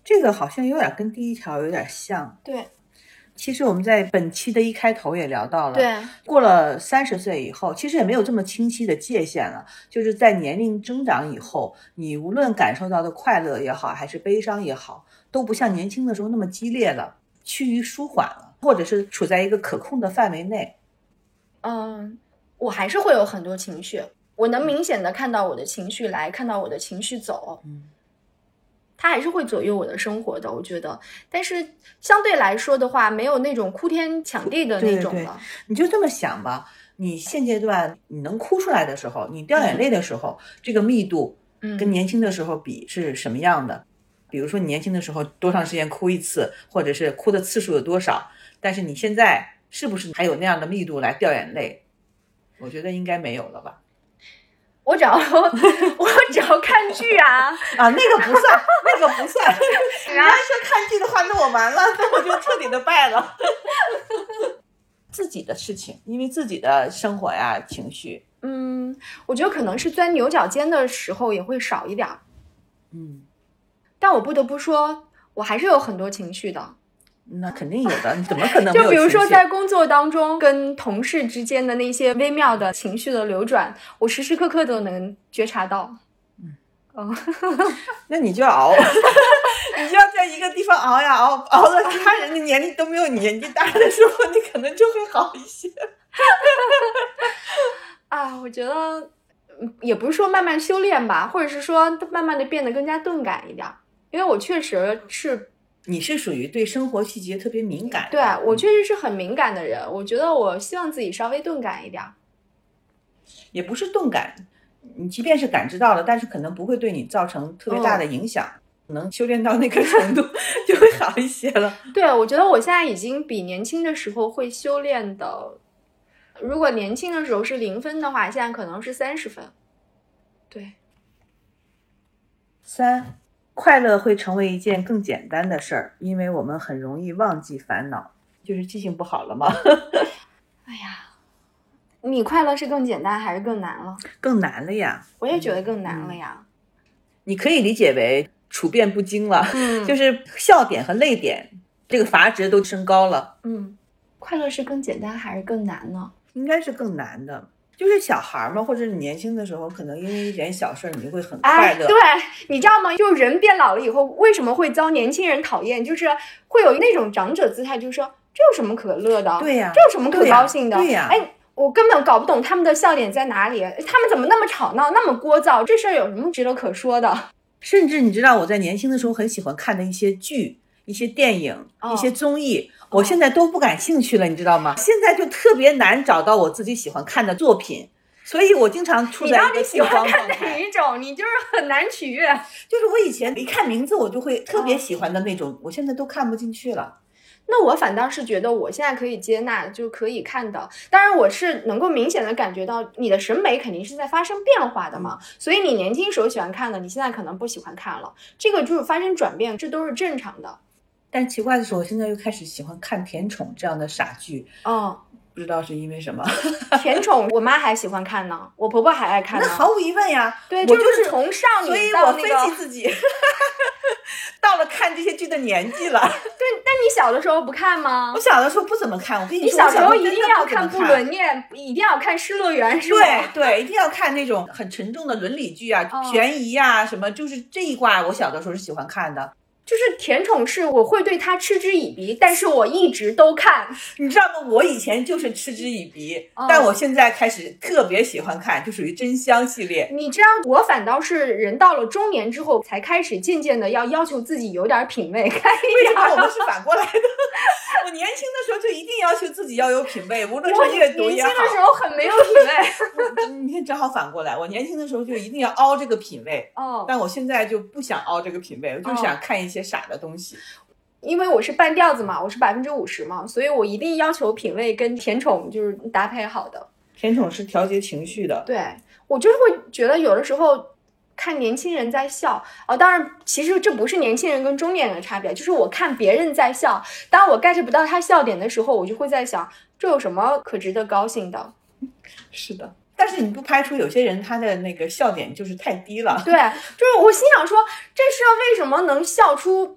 这个好像有点跟第一条有点像。 对， 其实我们在本期的一开头也聊到了， 对， 过了30岁以后，其实也没有这么清晰的界限了。就是在年龄增长以后，你无论感受到的快乐也好，还是悲伤也好，都不像年轻的时候那么激烈了，趋于舒缓了，或者是处在一个可控的范围内。 我还是会有很多情绪，我能明显的看到我的情绪来，看到我的情绪走。它还是会左右我的生活的，我觉得。但是相对来说的话，没有那种哭天抢地的那种了。 对，你就这么想吧，你现阶段你能哭出来的时候，你掉眼泪的时候，这个密度跟年轻的时候比是什么样的？比如说你年轻的时候多长时间哭一次，或者是哭的次数有多少，但是你现在是不是还有那样的密度来掉眼泪？我觉得应该没有了吧。 我只要看剧啊， 那个不算，那个不算。你要说看剧的话，那我完了，那我就彻底的败了。自己的事情，因为自己的生活呀、情绪， 我觉得可能是钻牛角尖的时候也会少一点。但我不得不说，我还是有很多情绪的。 那肯定有的，你怎么可能没有情绪？ 就比如说在工作当中跟同事之间的那些微妙的情绪的流转，我时时刻刻都能觉察到。 那你就要熬，你就要在一个地方熬呀熬到其他人的年龄都没有你年纪大的时候，你可能就会好一些。 我觉得也不是说慢慢修炼吧，或者是说慢慢的变得更加钝感一点，因为我确实是。 你是属于对生活细节特别敏感的。 对，我确实是很敏感的人，我觉得我希望自己稍微钝感一点。 也不是钝感，你即便是感知到了，但是可能不会对你造成特别大的影响，能修炼到那个程度就会好一些了。 对，我觉得我现在已经比年轻的时候会修炼的，如果年轻的时候是0分的话，现在可能是30分。对。 3，快乐会成为一件更简单的事儿，因为我们很容易忘记烦恼。就是记性不好了吗？ 哎呀，你快乐是更简单还是更难了？ 更难了呀。 我也觉得更难了呀。 你可以理解为处变不惊了，就是笑点和泪点这个阀值都升高了。 快乐是更简单还是更难呢？ 应该是更难的。就是小孩嘛，或者你年轻的时候，可能因为一点小事你就会很快乐。 对，你知道吗？就人变老了以后，为什么会遭年轻人讨厌？就是会有那种长者姿态，就是说这有什么可乐的？ 对呀， 这有什么可高兴的？ 对呀， 我根本搞不懂他们的笑点在哪里，他们怎么那么吵闹，那么聒噪？这事儿有什么值得可说的？ 甚至你知道我在年轻的时候很喜欢看的一些剧、一些电影、一些综艺，我现在都不感兴趣了，你知道吗？现在就特别难找到我自己喜欢看的作品，所以我经常处在一个惊慌状态。 你到底喜欢看哪一种？你就是很难取悦。 就是我以前一看名字我就会特别喜欢的那种，我现在都看不进去了。 那我反倒是觉得我现在可以接纳，就可以看的。当然我是能够明显的感觉到你的审美肯定是在发生变化的嘛，所以你年轻时候喜欢看的，你现在可能不喜欢看了，这个就是发生转变，这都是正常的。 但奇怪的是，我现在又开始喜欢看甜宠这样的傻剧。不知道是因为什么。 甜宠我妈还喜欢看呢，我婆婆还爱看呢。 那毫无疑问呀， 对， 我就是从少女所以我分析自己到了看这些剧的年纪了。 对，那你小的时候不看吗？ 我小的时候不怎么看，我跟你说， 你小时候一定要看《不伦恋》，一定要看《失乐园》，是吗？ 对，一定要看那种很沉重的伦理剧啊，悬疑啊什么，就是这一挂我小的时候是喜欢看的。 就是甜宠是我会对它嗤之以鼻，但是我一直都看。 你知道吗？我以前就是嗤之以鼻，但我现在开始特别喜欢看，就属于真香系列。 你知道，我反倒是人到了中年之后，才开始渐渐的要求自己有点品味。为什么我们是反过来的？我年轻的时候就一定要求自己要有品味，无论是阅读也好。 年轻的时候很没有品味。 你看，正好反过来，我年轻的时候就一定要凹这个品味。但我现在就不想凹这个品味，我就想看一些傻的东西。 因为我是半吊子嘛，我是50%嘛，所以我一定要求品味跟甜宠就是搭配好的。 甜宠是调节情绪的。 对，我就是会觉得有的时候看年轻人在笑当然其实这不是年轻人跟中年人的差别，就是我看别人在笑，当我 get 不到他笑点的时候，我就会在想这有什么可值得高兴的。 是的，但是你不排除有些人他的那个笑点就是太低了。 对，就是我心想说这事为什么能笑出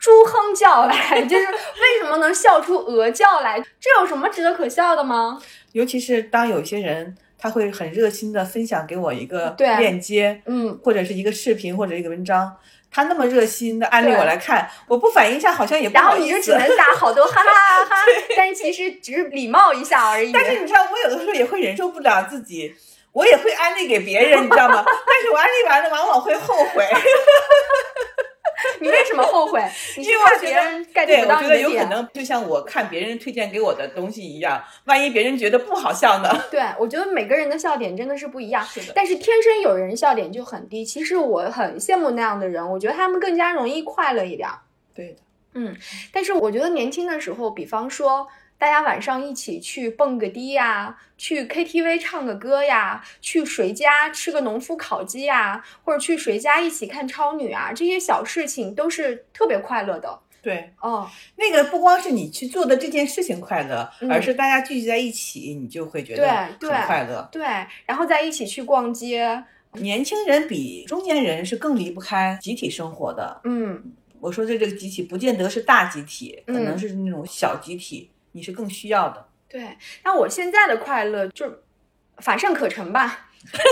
猪哼叫来，就是为什么能笑出鹅叫来？这有什么值得可笑的吗？ 尤其是当有些人他会很热心的分享给我一个对链接，或者是一个视频或者一个文章，他那么热心的安利我来看，我不反应一下好像也不好意思， 然后你就只能打好多哈哈哈哈，但是其实只是礼貌一下而已。 但是你知道，我有的时候也会忍受不了自己，我也会安利给别人，你知道吗？但是我安利完了往往会后悔。 你为什么后悔？你是怕别人 get 不到你的点？ 对，我觉得有可能就像我看别人推荐给我的东西一样，万一别人觉得不好笑呢？ 对，我觉得每个人的笑点真的是不一样， 是的。 但是天生有人笑点就很低，其实我很羡慕那样的人，我觉得他们更加容易快乐一点。 对的， 但是我觉得年轻的时候，比方说大家晚上一起去蹦个迪呀，去 KTV 唱个歌呀，去谁家吃个农夫烤鸡呀，或者去谁家一起看超女啊，这些小事情都是特别快乐的。 对， 那个不光是你去做的这件事情快乐，而是大家聚集在一起，你就会觉得很快乐。 对，然后再一起去逛街。 年轻人比中年人是更离不开集体生活的。我说的这个集体不见得是大集体，可能是那种小集体，你是更需要的。 对，那我现在的快乐就乏善可陈吧。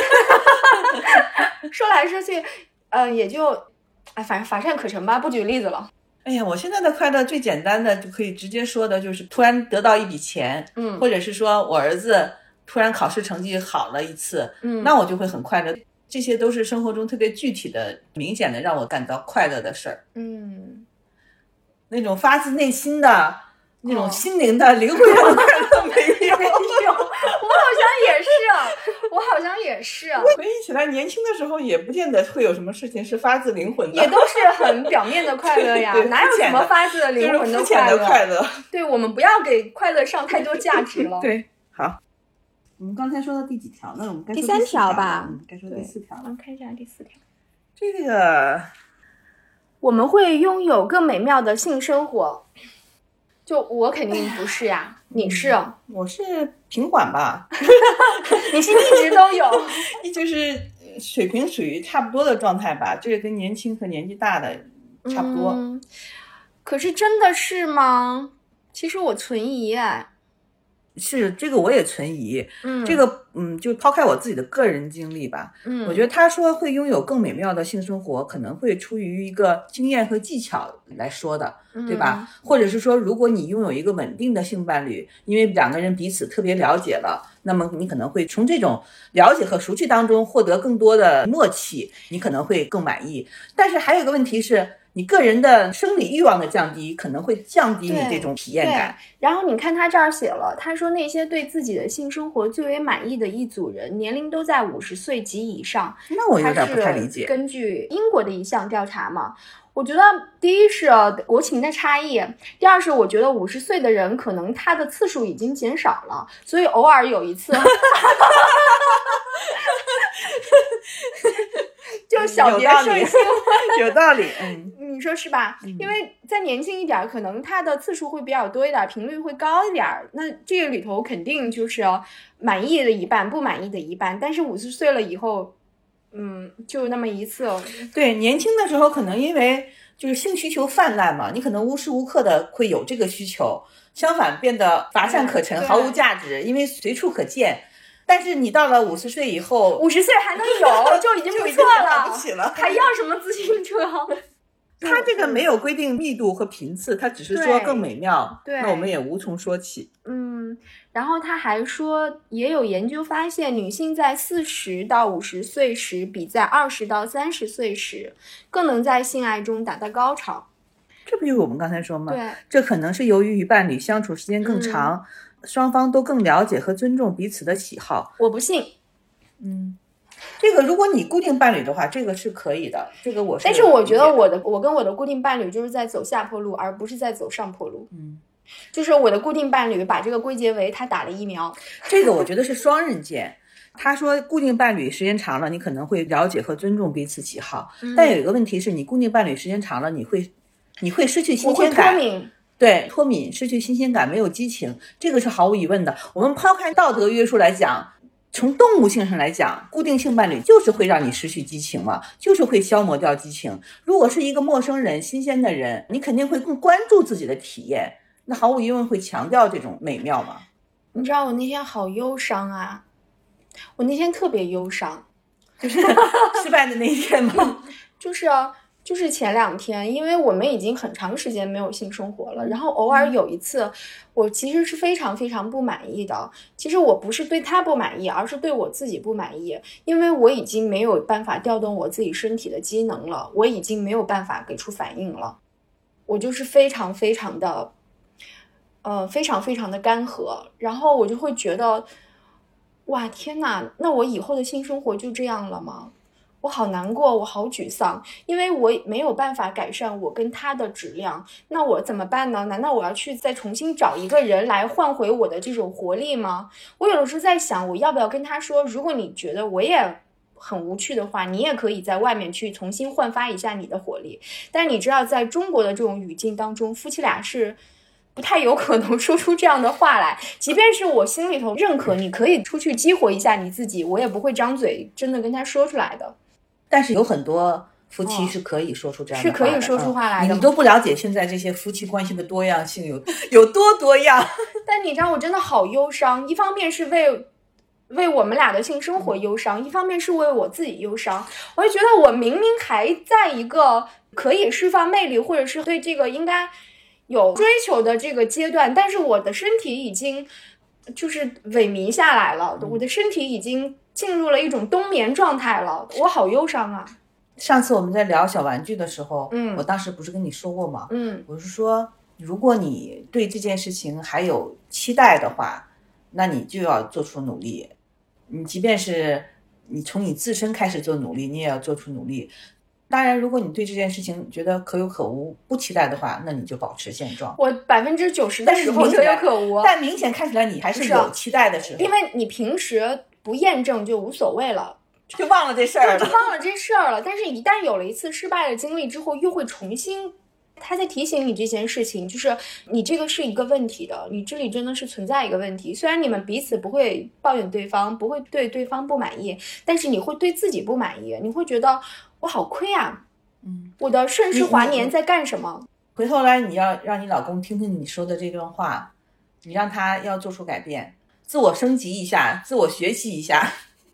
说来说去，也就反正乏善可陈吧，不举例子了。 哎呀，我现在的快乐最简单的就可以直接说的就是突然得到一笔钱，或者是说我儿子突然考试成绩好了一次，那我就会很快乐。这些都是生活中特别具体的、明显的让我感到快乐的事儿。那种发自内心的、那种心灵的、灵魂上的快乐没有。 我好像也是。 回忆起来，年轻的时候也不见得会有什么事情是发自灵魂的， 也都是很表面的快乐呀。哪有什么发自灵魂的快乐？ 对，我们不要给快乐上太多价值了。 对，好。我们刚才说到第几条呢？我们该说第3条吧。 该说第4条了。 我们看一下第4条。 这个我们会拥有更美妙的性生活。就我肯定不是呀，你是？ 我是平缓吧。 你是一直都有， 就是水平属于差不多的状态吧，这个跟年轻和年纪大的差不多。 可是真的是吗？其实我存疑哎。 是这个我也存疑，这个就抛开我自己的个人经历吧，我觉得他说会拥有更美妙的性生活，可能会出于一个经验和技巧来说的，对吧？或者是说，如果你拥有一个稳定的性伴侣，因为2个人彼此特别了解了，那么你可能会从这种了解和熟悉当中获得更多的默契，你可能会更满意。但是还有一个问题是，你个人的生理欲望的降低可能会降低你这种体验感。 然后你看他这儿写了，他说那些对自己的性生活最为满意的一组人，年龄都在50岁及以上。 那我有点不太理解。 根据英国的一项调查嘛，我觉得第一是国情的差异，第二是我觉得50岁的人可能他的次数已经减少了，所以偶尔有一次就小别胜新婚。 有道理。 你说是吧？因为再年轻一点，可能他的次数会比较多一点，频率会高一点，那这个里头肯定就是满意的一半，不满意的一半。但是50岁了以后，就那么一次。 对，年轻的时候可能因为就是性需求泛滥嘛，你可能无时无刻的会有这个需求，相反变得乏善可陈，毫无价值，因为随处可见。但是你到了50岁以后 ，50岁还能有就已经不错了， 不起了， 还要什么自行车？ 它这个没有规定密度和频次，它只是说更美妙。 对， 那我们也无从说起。 然后他还说，也有研究发现，女性在40到50岁时，比在20到30岁时更能在性爱中达到高潮。 这不就是我们刚才说吗？ 对， 这可能是由于与伴侣相处时间更长，双方都更了解和尊重彼此的喜好。 我不信。 这个如果你固定伴侣的话，这个是可以的。这个但是我觉得我跟我的固定伴侣就是在走下坡路，而不是在走上坡路。就是我的固定伴侣把这个归结为他打了疫苗。 这个我觉得是双刃剑。他说固定伴侣时间长了，你可能会了解和尊重彼此喜好，但有一个问题是，你固定伴侣时间长了，你会失去新鲜感。对，脱敏，失去新鲜感，没有激情，这个是毫无疑问的。我们抛开道德约束来讲， 从动物性上来讲，固定性伴侣就是会让你失去激情嘛，就是会消磨掉激情。如果是一个陌生人、新鲜的人，你肯定会更关注自己的体验，那毫无疑问会强调这种美妙嘛。 你知道我那天好忧伤啊，我那天特别忧伤， 就是失败的那一天吗？ 就是前2天，因为我们已经很长时间没有性生活了，然后偶尔有一次，我其实是非常非常不满意的。其实我不是对他不满意，而是对我自己不满意，因为我已经没有办法调动我自己身体的机能了，我已经没有办法给出反应了，我就是非常非常的干涸，然后我就会觉得，哇，天哪，那我以后的性生活就这样了吗？我好难过，我好沮丧，因为我没有办法改善我跟他的质量，那我怎么办呢？难道我要去再重新找一个人来换回我的这种活力吗？我有的时候在想，我要不要跟他说，如果你觉得我也很无趣的话，你也可以在外面去重新焕发一下你的活力。但是你知道，在中国的这种语境当中，夫妻俩是不太有可能说出这样的话来，即便是我心里头认可你可以出去激活一下你自己，我也不会张嘴真的跟他说出来的。 但是有很多夫妻是可以说出这样的话的， 是可以说出话来的。 你都不了解现在这些夫妻关系的多样性有多样。 但你知道我真的好忧伤，一方面是为我们俩的性生活忧伤，一方面是为我自己忧伤。我就觉得我明明还在一个可以释放魅力，或者是对这个应该有追求的这个阶段，但是我的身体已经就是萎靡下来了，我的身体已经进入了一种冬眠状态了，我好忧伤啊。 上次我们在聊小玩具的时候，我当时不是跟你说过吗？我是说，如果你对这件事情还有期待的话，那你就要做出努力。你即便是你从你自身开始做努力，你也要做出努力。当然，如果你对这件事情觉得可有可无，不期待的话，那你就保持现状。 我90%的时候可有可无， 但明显看起来你还是有期待的时候， 因为你平时不验证就无所谓了， 就忘了这事儿了， 就忘了这事儿了。但是一旦有了一次失败的经历之后，又会重新他在提醒你这件事情，就是你这个是一个问题的，你这里真的是存在一个问题。虽然你们彼此不会抱怨对方，不会对对方不满意，但是你会对自己不满意，你会觉得我好亏啊，我的盛世华年在干什么？ 回头来你要让你老公听听你说的这段话，你让他要做出改变，自我升级一下，自我学习一下。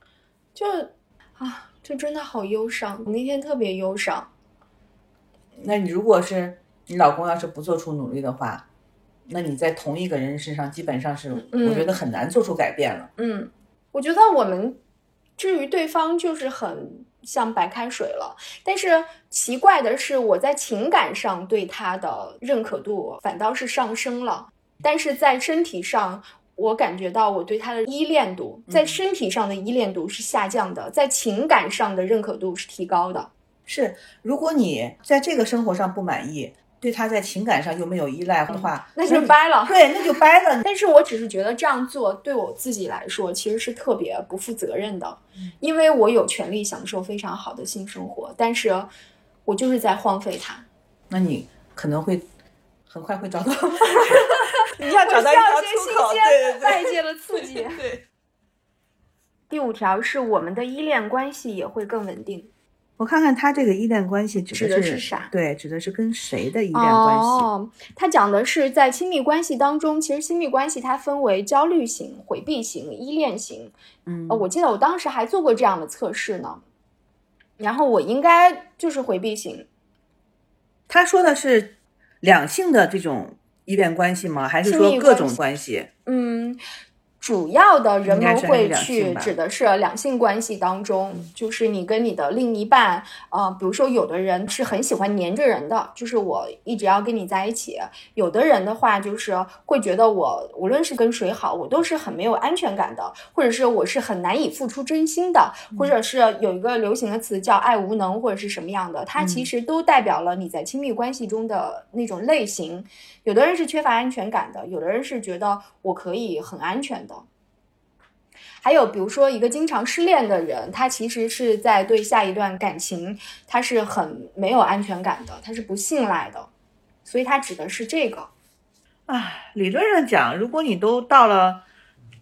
就真的好忧伤，我那天特别忧伤。 那你如果是你老公要是不做出努力的话，那你在同一个人身上基本上是我觉得很难做出改变了。 我觉得我们至于对方就是很像白开水了，但是奇怪的是我在情感上对他的认可度反倒是上升了，但是在身体上我感觉到我对他的依恋度，在身体上的依恋度是下降的，在情感上的认可度是提高的。 是，如果你在这个生活上不满意，对他在情感上又没有依赖的话， 那就掰了。 对，那就掰了。 但是我只是觉得这样做对我自己来说其实是特别不负责任的，因为我有权利享受非常好的性生活，但是我就是在荒废它。 那你可能会很快会找到你要找到一条出口，对外界的刺激。 对。 第5条是我们的依恋关系也会更稳定。 我看看他这个依恋关系指的是啥？ 对，指的是跟谁的依恋关系？ 他讲的是在亲密关系当中，其实亲密关系它分为焦虑型、回避型、依恋型。我记得我当时还做过这样的测试呢，然后我应该就是回避型。 他说的是两性的这种依恋关系吗？还是说各种关系？ 主要的人们会去指的是两性关系当中，就是你跟你的另一半，比如说有的人是很喜欢黏着人的，就是我一直要跟你在一起；有的人的话就是会觉得我无论是跟谁好，我都是很没有安全感的，或者是我是很难以付出真心的，或者是有一个流行的词叫爱无能或者是什么样的，它其实都代表了你在亲密关系中的那种类型。有的人是缺乏安全感的，有的人是觉得我可以很安全的。还有比如说一个经常失恋的人，他其实是在对下一段感情他是很没有安全感的，他是不信赖的，所以他指的是这个。 理论上讲，如果你都到了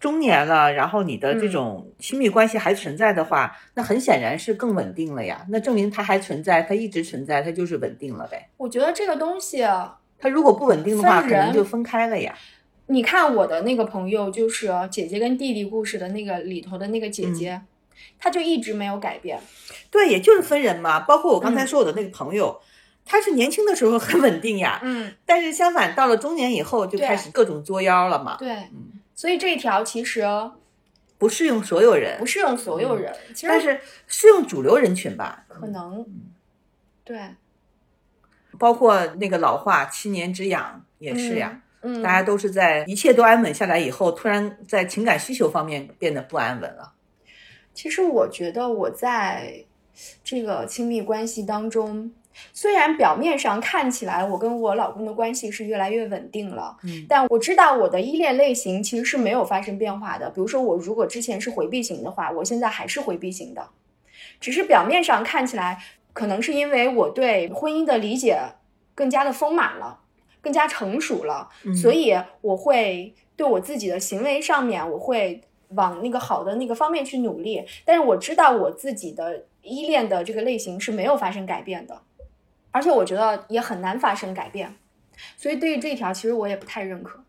中年了，然后你的这种亲密关系还存在的话，那很显然是更稳定了呀。那证明它还存在，它一直存在，它就是稳定了呗。 我觉得这个东西， 它如果不稳定的话，可能就分开了呀。 你看我的那个朋友，就是姐姐跟弟弟故事的那个里头的那个姐姐，她就一直没有改变。 对，也就是分人嘛。包括我刚才说我的那个朋友，他是年轻的时候很稳定呀，但是相反到了中年以后就开始各种作妖了嘛。 对，所以这一条其实不适用所有人， 不适用所有人，其实但是适用主流人群吧， 可能，对， 包括那个老话7年之痒也是呀。大家都是在一切都安稳下来以后，突然在情感需求方面变得不安稳了。 其实我觉得我在这个亲密关系当中，虽然表面上看起来我跟我老公的关系是越来越稳定了，但我知道我的依恋类型其实是没有发生变化的。比如说我如果之前是回避型的话，我现在还是回避型的，只是表面上看起来可能是因为我对婚姻的理解更加的丰满了，更加成熟了，所以我会对我自己的行为上面，我会往那个好的那个方面去努力。但是我知道我自己的依恋的这个类型是没有发生改变的，而且我觉得也很难发生改变，所以对于这一条其实我也不太认可。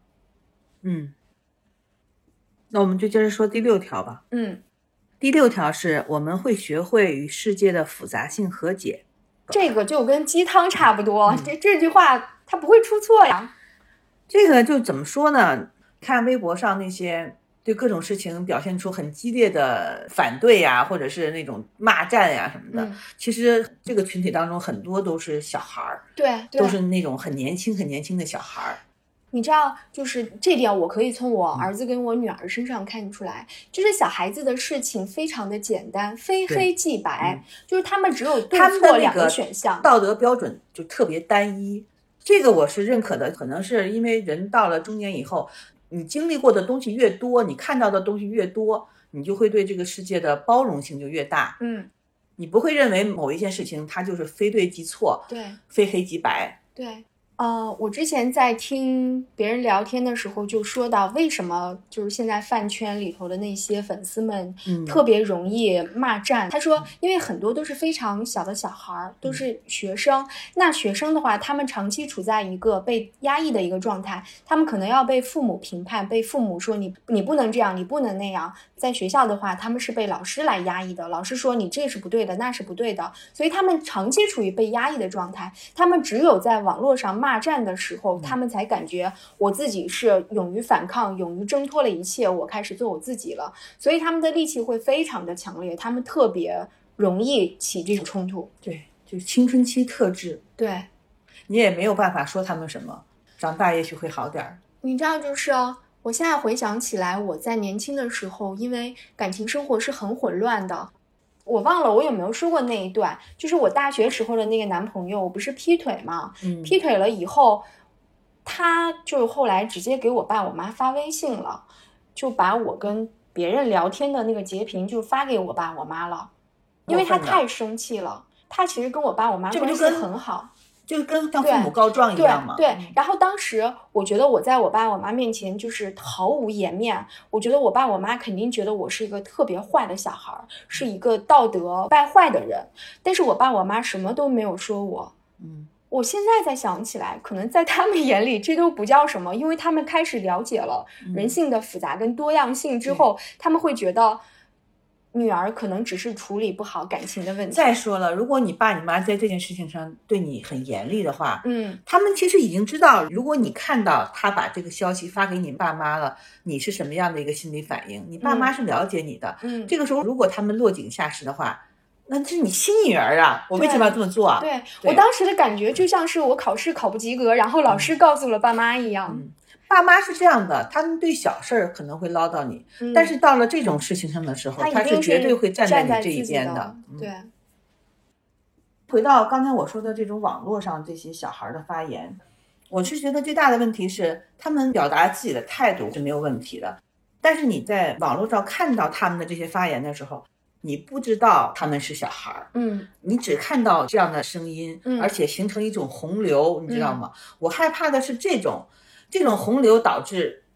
那我们就接着说第6条吧。第6条是我们会学会与世界的复杂性和解。 这个就跟鸡汤差不多，这句话它不会出错呀。 这个就怎么说呢？看微博上那些对各种事情表现出很激烈的反对呀，或者是那种骂战呀什么的，其实这个群体当中很多都是小孩儿， 对， 都是那种很年轻的小孩儿。 你知道，就是这点我可以从我儿子跟我女儿身上看出来，就是小孩子的事情非常的简单，非黑即白，就是他们只有对错两个选项， 道德标准就特别单一。这个我是认可的，可能是因为人到了中年以后，你经历过的东西越多，你看到的东西越多，你就会对这个世界的包容性就越大。你不会认为某一件事情它就是非对即错， 对， 非黑即白。 对。我之前在听别人聊天的时候就说到，为什么就是现在饭圈里头的那些粉丝们特别容易骂战。他说因为很多都是非常小的小孩，都是学生，那学生的话他们长期处在一个被压抑的一个状态，他们可能要被父母评判，被父母说你不能这样，你不能那样。在学校的话他们是被老师来压抑的，老师说你这是不对的，那是不对的，所以他们长期处于被压抑的状态。他们只有在网络上骂战的时候，他们才感觉我自己是勇于反抗，勇于挣脱了一切，我开始做我自己了。所以他们的戾气会非常的强烈，他们特别容易起这种冲突。 对，就是青春期特质。 对， 你也没有办法说他们什么，长大也许会好点。 你知道，就是我现在回想起来，我在年轻的时候，因为感情生活是很混乱的。我忘了我有没有说过那一段，就是我大学时候的那个男朋友，我不是劈腿嘛，劈腿了以后，他就后来直接给我爸我妈发微信了，就把我跟别人聊天的那个截屏就发给我爸我妈了，因为他太生气了。他其实跟我爸我妈关系很好， 就跟向父母告状一样嘛。 对，然后当时我觉得我在我爸我妈面前就是毫无颜面，我觉得我爸我妈肯定觉得我是一个特别坏的小孩，是一个道德败坏的人，但是我爸我妈什么都没有说我。我现在再想起来，可能在他们眼里这都不叫什么，因为他们开始了解了人性的复杂跟多样性之后，他们会觉得女儿可能只是处理不好感情的问题。 再说了，如果你爸你妈在这件事情上对你很严厉的话，他们其实已经知道，如果你看到他把这个消息发给你爸妈了，你是什么样的一个心理反应，你爸妈是了解你的。这个时候如果他们落井下石的话，那是你亲女儿啊，我为什么要这么做啊？ 对，我当时的感觉就像是我考试考不及格，然后老师告诉了爸妈一样。 爸妈是这样的，他们对小事儿可能会唠叨你，但是到了这种事情上的时候，他是绝对会站在你这一边的。 对。 回到刚才我说的这种网络上这些小孩的发言，我是觉得最大的问题是他们表达自己的态度是没有问题的，但是你在网络上看到他们的这些发言的时候，你不知道他们是小孩，你只看到这样的声音，而且形成一种洪流，你知道吗？我害怕的是这种洪流导致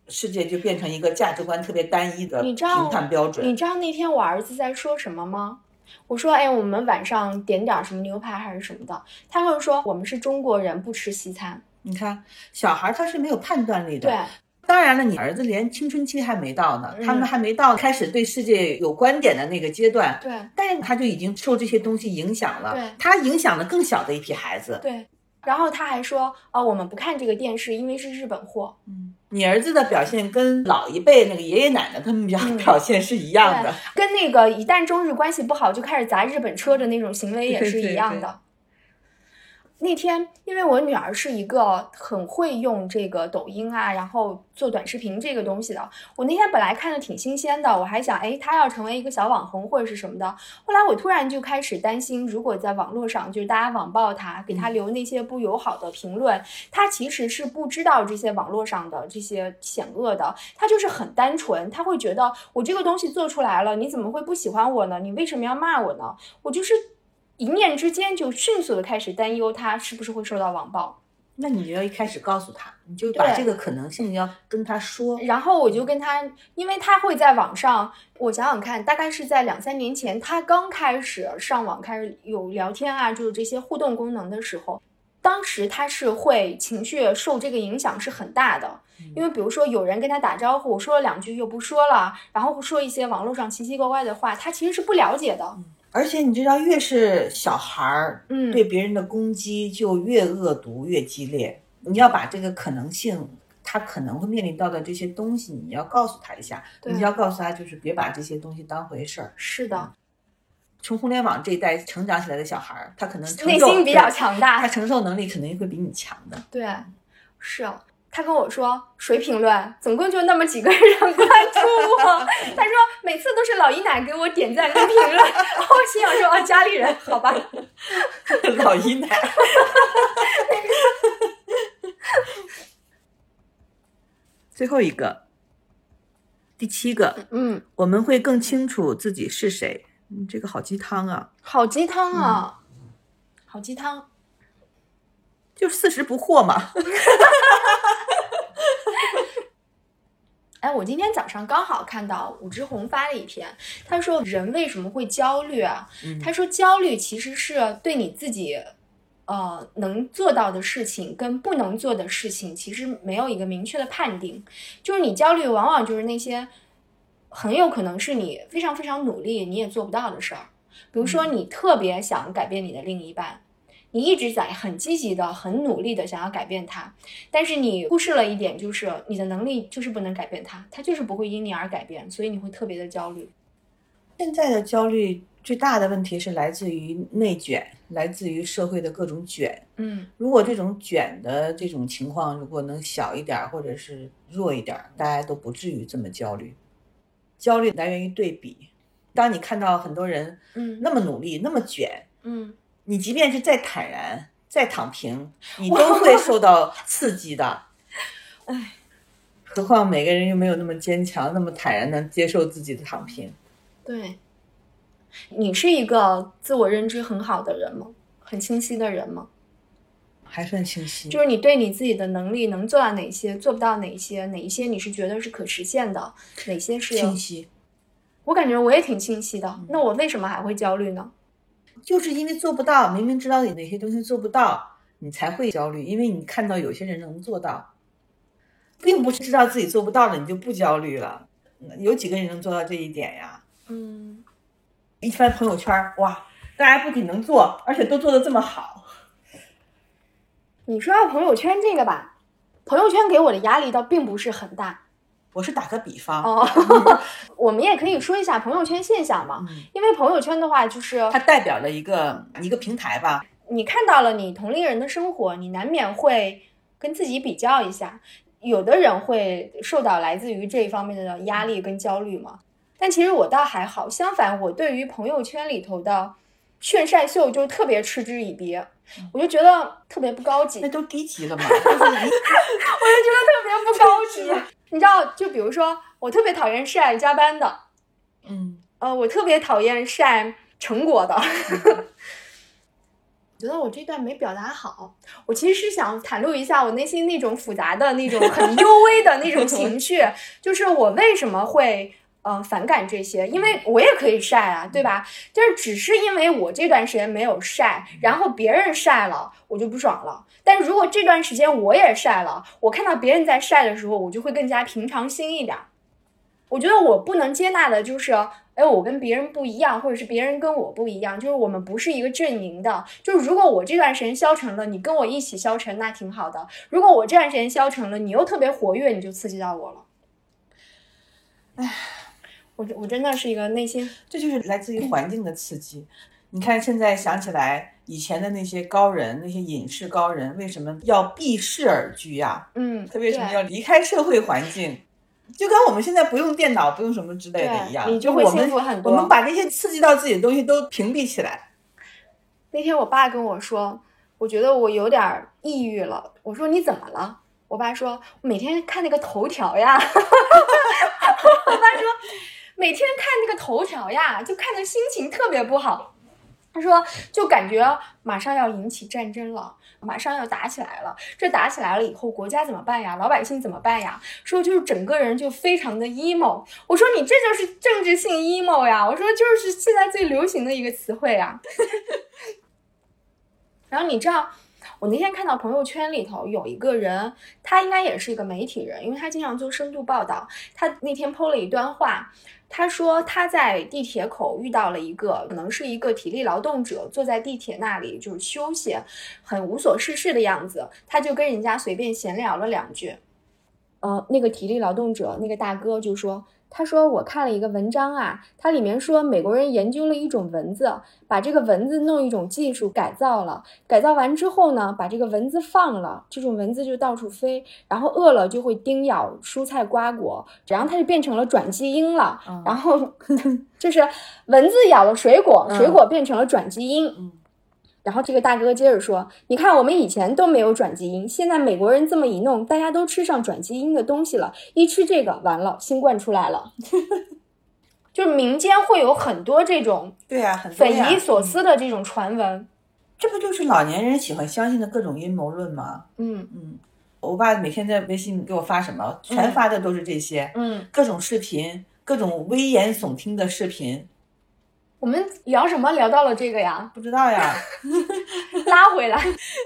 世界就变成一个价值观特别单一的评判标准。 你知道那天我儿子在说什么吗？我说哎，我们晚上点点什么牛排还是什么的，他会说我们是中国人，不吃西餐。 你看小孩他是没有判断力的。 对， 当然了，你儿子连青春期还没到呢，他们还没到开始对世界有观点的那个阶段。 对， 但是他就已经受这些东西影响了。 对， 他影响了更小的一批孩子。 对，然后他还说我们不看这个电视，因为是日本货。 你儿子的表现跟老一辈那个爷爷奶奶他们表现是一样的， 跟那个一旦中日关系不好就开始砸日本车的那种行为也是一样的。对。那天因为我女儿是一个很会用这个抖音啊，然后做短视频这个东西的，我那天本来看的挺新鲜的，我还想她要成为一个小网红或者是什么的，后来我突然就开始担心，如果在网络上就是大家网暴她，给她留那些不友好的评论，她其实是不知道这些网络上的这些险恶的，她就是很单纯，她会觉得我这个东西做出来了，你怎么会不喜欢我呢？你为什么要骂我呢？我就是一念之间就迅速的开始担忧他是不是会受到网暴。 那你就要一开始告诉他，你就把这个可能性要跟他说。 然后我就跟他，因为他会在网上，我想想看，大概是在2-3年前，他刚开始上网，开始有聊天啊，就是这些互动功能的时候，当时他是会情绪受这个影响是很大的。因为比如说有人跟他打招呼，我说了2句又不说了，然后说一些网络上奇奇怪怪的话，他其实是不了解的。 而且你知道，越是小孩对别人的攻击就越恶毒越激烈。你要把这个可能性，他可能会面临到的这些东西，你要告诉他一下。你要告诉他，就是别把这些东西当回事儿。 是的。 从互联网这一代成长起来的小孩，他可能内心比较强大， 他承受能力肯定会比你强的。 对，是。他跟我说谁评论，总共就那么几个人关注我。他说每次都是老姨奶给我点赞跟评论。我心想说家里人好吧。 老姨奶。最后一个，第7个，我们会更清楚自己是谁。这个好鸡汤啊， 好鸡汤啊，好鸡汤， 就40不惑嘛。 哎，我今天早上刚好看到武志红发了一篇，他说人为什么会焦虑啊？他说焦虑其实是对你自己能做到的事情跟不能做的事情其实没有一个明确的判定，就是你焦虑往往就是那些很有可能是你非常非常努力你也做不到的事儿。比如说你特别想改变你的另一半，你一直在很积极的很努力的想要改变他，但是你忽视了一点，就是你的能力就是不能改变他，他就是不会因你而改变，所以你会特别的焦虑。 现在的焦虑最大的问题是来自于内卷，来自于社会的各种卷。如果这种卷的这种情况如果能小一点或者是弱一点，大家都不至于这么焦虑。焦虑来源于对比，当你看到很多人那么努力那么卷，你即便是再坦然再躺平，你都会受到刺激的。哎，何况每个人又没有那么坚强那么坦然的接受自己的躺平。 对，你是一个自我认知很好的人吗？很清晰的人吗？ 还算清晰， 就是你对你自己的能力能做到哪些，做不到哪些，哪一些你是觉得是可实现的，哪些是清晰。 我感觉我也挺清晰的，那我为什么还会焦虑呢？ 就是因为做不到，明明知道你哪些东西做不到，你才会焦虑，因为你看到有些人能做到，并不是知道自己做不到了你就不焦虑了。有几个人能做到这一点呀？一翻朋友圈，哇，大家不仅能做，而且都做得这么好。 你说到朋友圈这个吧，朋友圈给我的压力倒并不是很大。 我是打个比方我们也可以说一下朋友圈现象嘛，因为朋友圈的话就是它代表了一个平台吧。 你看到了你同龄人的生活，你难免会跟自己比较一下，有的人会受到来自于这一方面的压力跟焦虑嘛。但其实我倒还好，相反我对于朋友圈里头的炫晒秀就特别嗤之以鼻，我就觉得特别不高级。 那都低级了嘛我就觉得特别不高级。你知道，就比如说我特别讨厌晒加班的，我特别讨厌晒成果的。 觉得我这段没表达好，我其实是想袒露一下我内心那种复杂的那种很幽微的那种情绪，就是我为什么会反感这些，因为我也可以晒啊，对吧？就是只是因为我这段时间没有晒，然后别人晒了，我就不爽了。但是如果这段时间我也晒了，我看到别人在晒的时候，我就会更加平常心一点。我觉得我不能接纳的就是，我跟别人不一样，或者是别人跟我不一样，就是我们不是一个阵营的。就是如果我这段时间消沉了，你跟我一起消沉，那挺好的。如果我这段时间消沉了，你又特别活跃，你就刺激到我了。唉，我真的是一个内心， 这就是来自于环境的刺激。你看现在想起来以前的那些高人，那些隐士高人，为什么要避世而居呀？他为什么要离开社会环境？就跟我们现在不用电脑不用什么之类的一样， 你就会幸福很多。 我们把这些刺激到自己的东西都屏蔽起来。 那天我爸跟我说，我觉得我有点抑郁了。我说你怎么了？我爸说我每天看那个头条呀。我爸说每天看那个头条呀，就看着心情特别不好。他说就感觉马上要引起战争了，马上要打起来了，这打起来了以后国家怎么办呀，老百姓怎么办呀？说就是整个人就非常的 emo。 我说你这就是政治性 emo 呀，我说就是现在最流行的一个词汇啊。然后你知道我那天看到朋友圈里头有一个人，他应该也是一个媒体人，因为他经常做深度报道。他那天 po 了一段话，他说他在地铁口遇到了一个可能是一个体力劳动者，坐在地铁那里就是休息，很无所事事的样子。他就跟人家随便闲聊了两句。那个体力劳动者那个大哥就说，他说我看了一个文章啊，它里面说美国人研究了一种蚊子，把这个蚊子弄一种技术改造了，改造完之后呢，把这个蚊子放了，这种蚊子就到处飞，然后饿了就会叮咬蔬菜瓜果，然后它就变成了转基因了。然后就是蚊子咬了水果，水果变成了转基因。然后这个大哥接着说，你看我们以前都没有转基因，现在美国人这么一弄，大家都吃上转基因的东西了，一吃这个完了，新冠出来了。就是民间会有很多这种对啊，很匪夷所思的这种传闻。 这不就是老年人喜欢相信的各种阴谋论吗？我爸每天在微信给我发什么，全发的都是这些，各种视频，各种危言耸听的视频。 我们聊什么聊到了这个呀？ 不知道呀。 拉回来。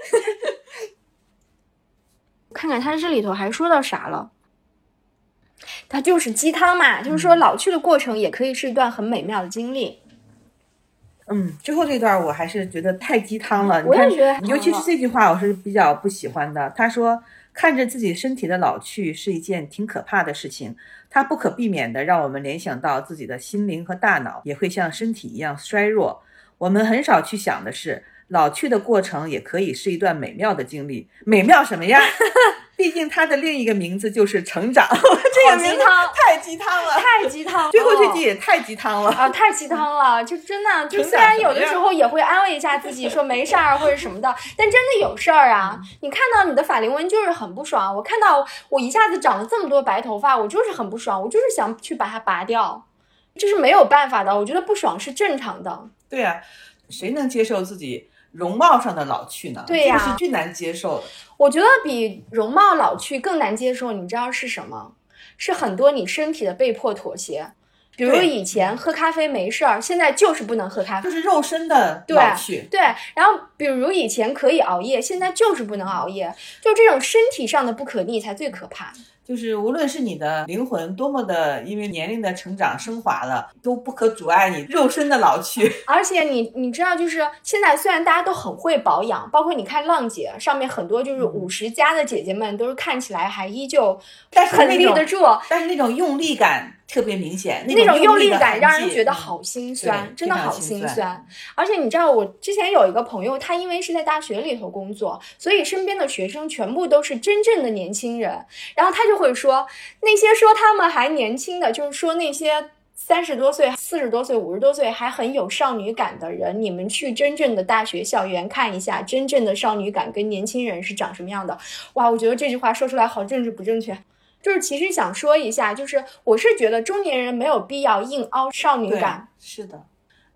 看看他这里头还说到啥了。他就是鸡汤嘛，就是说老去的过程也可以是一段很美妙的经历。 最后这段我还是觉得太鸡汤了。 我也觉得， 尤其是这句话我是比较不喜欢的。他说看着自己身体的老去是一件挺可怕的事情，它不可避免地让我们联想到自己的心灵和大脑也会像身体一样衰弱。我们很少去想的是，老去的过程也可以是一段美妙的经历。美妙什么呀？毕竟它的另一个名字就是成长。这个名字太鸡汤了， 太鸡汤。 最后这句也太鸡汤了啊，太鸡汤了。就真的，就虽然有的时候也会安慰一下自己说没事儿或者什么的，但真的有事儿啊。你看到你的法令纹就是很不爽，我看到我一下子长了这么多白头发，我就是很不爽，我就是想去把它拔掉，这是没有办法的。我觉得不爽是正常的。 对啊，谁能接受自己容貌上的老去呢？ 对呀， 这是最难接受的。 我觉得比容貌老去更难接受，你知道是什么？是很多你身体的被迫妥协。比如以前喝咖啡没事儿，现在就是不能喝咖啡， 就是肉身的老去。 对，然后比如以前可以熬夜，现在就是不能熬夜，就这种身体上的不可逆才最可怕。 就是无论是你的灵魂多么的因为年龄的成长升华了，都不可阻碍你肉身的老去。 而且你知道，就是现在虽然大家都很会保养，包括你看浪姐上面很多就是50+的姐姐们都是看起来还依旧很立得住， 但是那种用力感特别明显， 那种用力感让人觉得好心酸，真的好心酸。而且你知道，我之前有一个朋友，他因为是在大学里头工作，所以身边的学生全部都是真正的年轻人，然后他就会说，那些说他们还年轻的，就是说那些30多岁、40多岁、50多岁还很有少女感的人，你们去真正的大学校园看一下，真正的少女感跟年轻人是长什么样的。哇，我觉得这句话说出来好政治不正确。就是其实想说一下，就是我是觉得中年人没有必要硬凹少女感。 是的，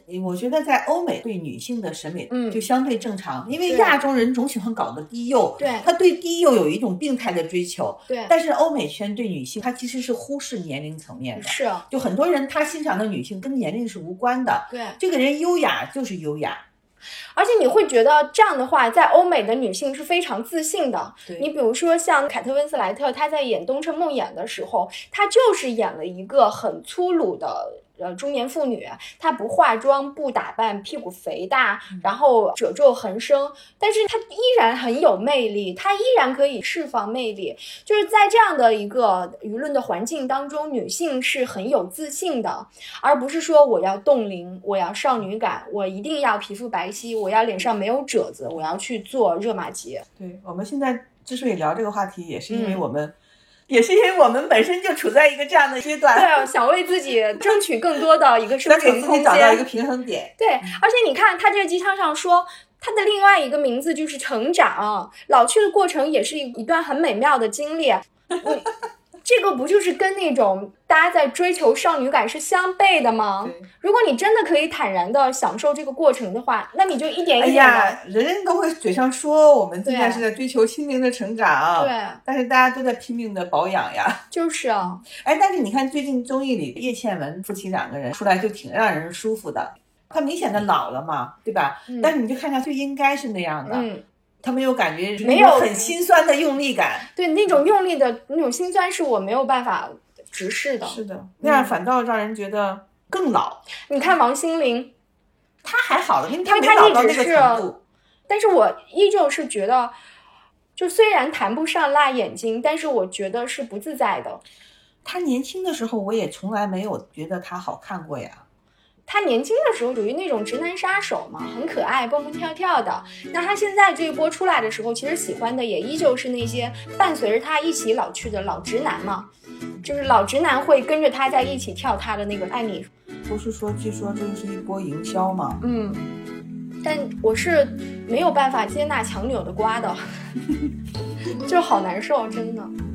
我觉得在欧美对女性的审美就相对正常，因为亚洲人总喜欢搞个低幼， 对， 他对低幼有一种病态的追求， 对。 但是欧美圈对女性，他其实是忽视年龄层面的， 是， 就很多人他欣赏的女性跟年龄是无关的， 对， 这个人优雅就是优雅。 而且你会觉得这样的话，在欧美的女性是非常自信的。你比如说像凯特温斯莱特，她在演《东城梦魇》的时候，她就是演了一个很粗鲁的中年妇女，她不化妆不打扮，屁股肥大，然后褶皱横生，但是她依然很有魅力，她依然可以释放魅力。就是在这样的一个舆论的环境当中，女性是很有自信的，而不是说我要冻龄，我要少女感，我一定要皮肤白皙，我要脸上没有褶子，我要去做热玛吉。 对，我们现在之所以聊这个话题，也是因为我们也是因为我们本身就处在一个这样的阶段， 对，想为自己争取更多的一个生存空间， 找到一个平衡点。 对，而且你看他这个鸡汤上说，他的另外一个名字就是成长，老去的过程也是一段很美妙的经历。这个不就是跟那种大家在追求少女感是相悖的吗？如果你真的可以坦然的享受这个过程的话，那你就一点一点的， 人人都会嘴上说我们现在是在追求心灵的成长， 对， 但是大家都在拼命的保养呀。 就是啊， 但是你看最近综艺里叶倩文夫妻两个人出来就挺让人舒服的，他明显的老了嘛，对吧？但是你就看下去应该是那样的。他没有感觉，没有很心酸的用力感。 对，那种用力的那种心酸是我没有办法直视的。 是的，那样反倒让人觉得更老。 你看王心凌， 她还好了，因为她没老到那个程度。 但是我依旧是觉得，就虽然谈不上辣眼睛，但是我觉得是不自在的。 她年轻的时候，我也从来没有觉得她好看过呀。 他年轻的时候属于那种直男杀手嘛，很可爱，蹦蹦跳跳的。那他现在这一波出来的时候，其实喜欢的也依旧是那些伴随着他一起老去的老直男嘛，就是老直男会跟着他在一起跳他的那个爱你。 不是说据说这是一波营销吗？ 但我是没有办法接纳强扭的瓜的，就好难受，真的。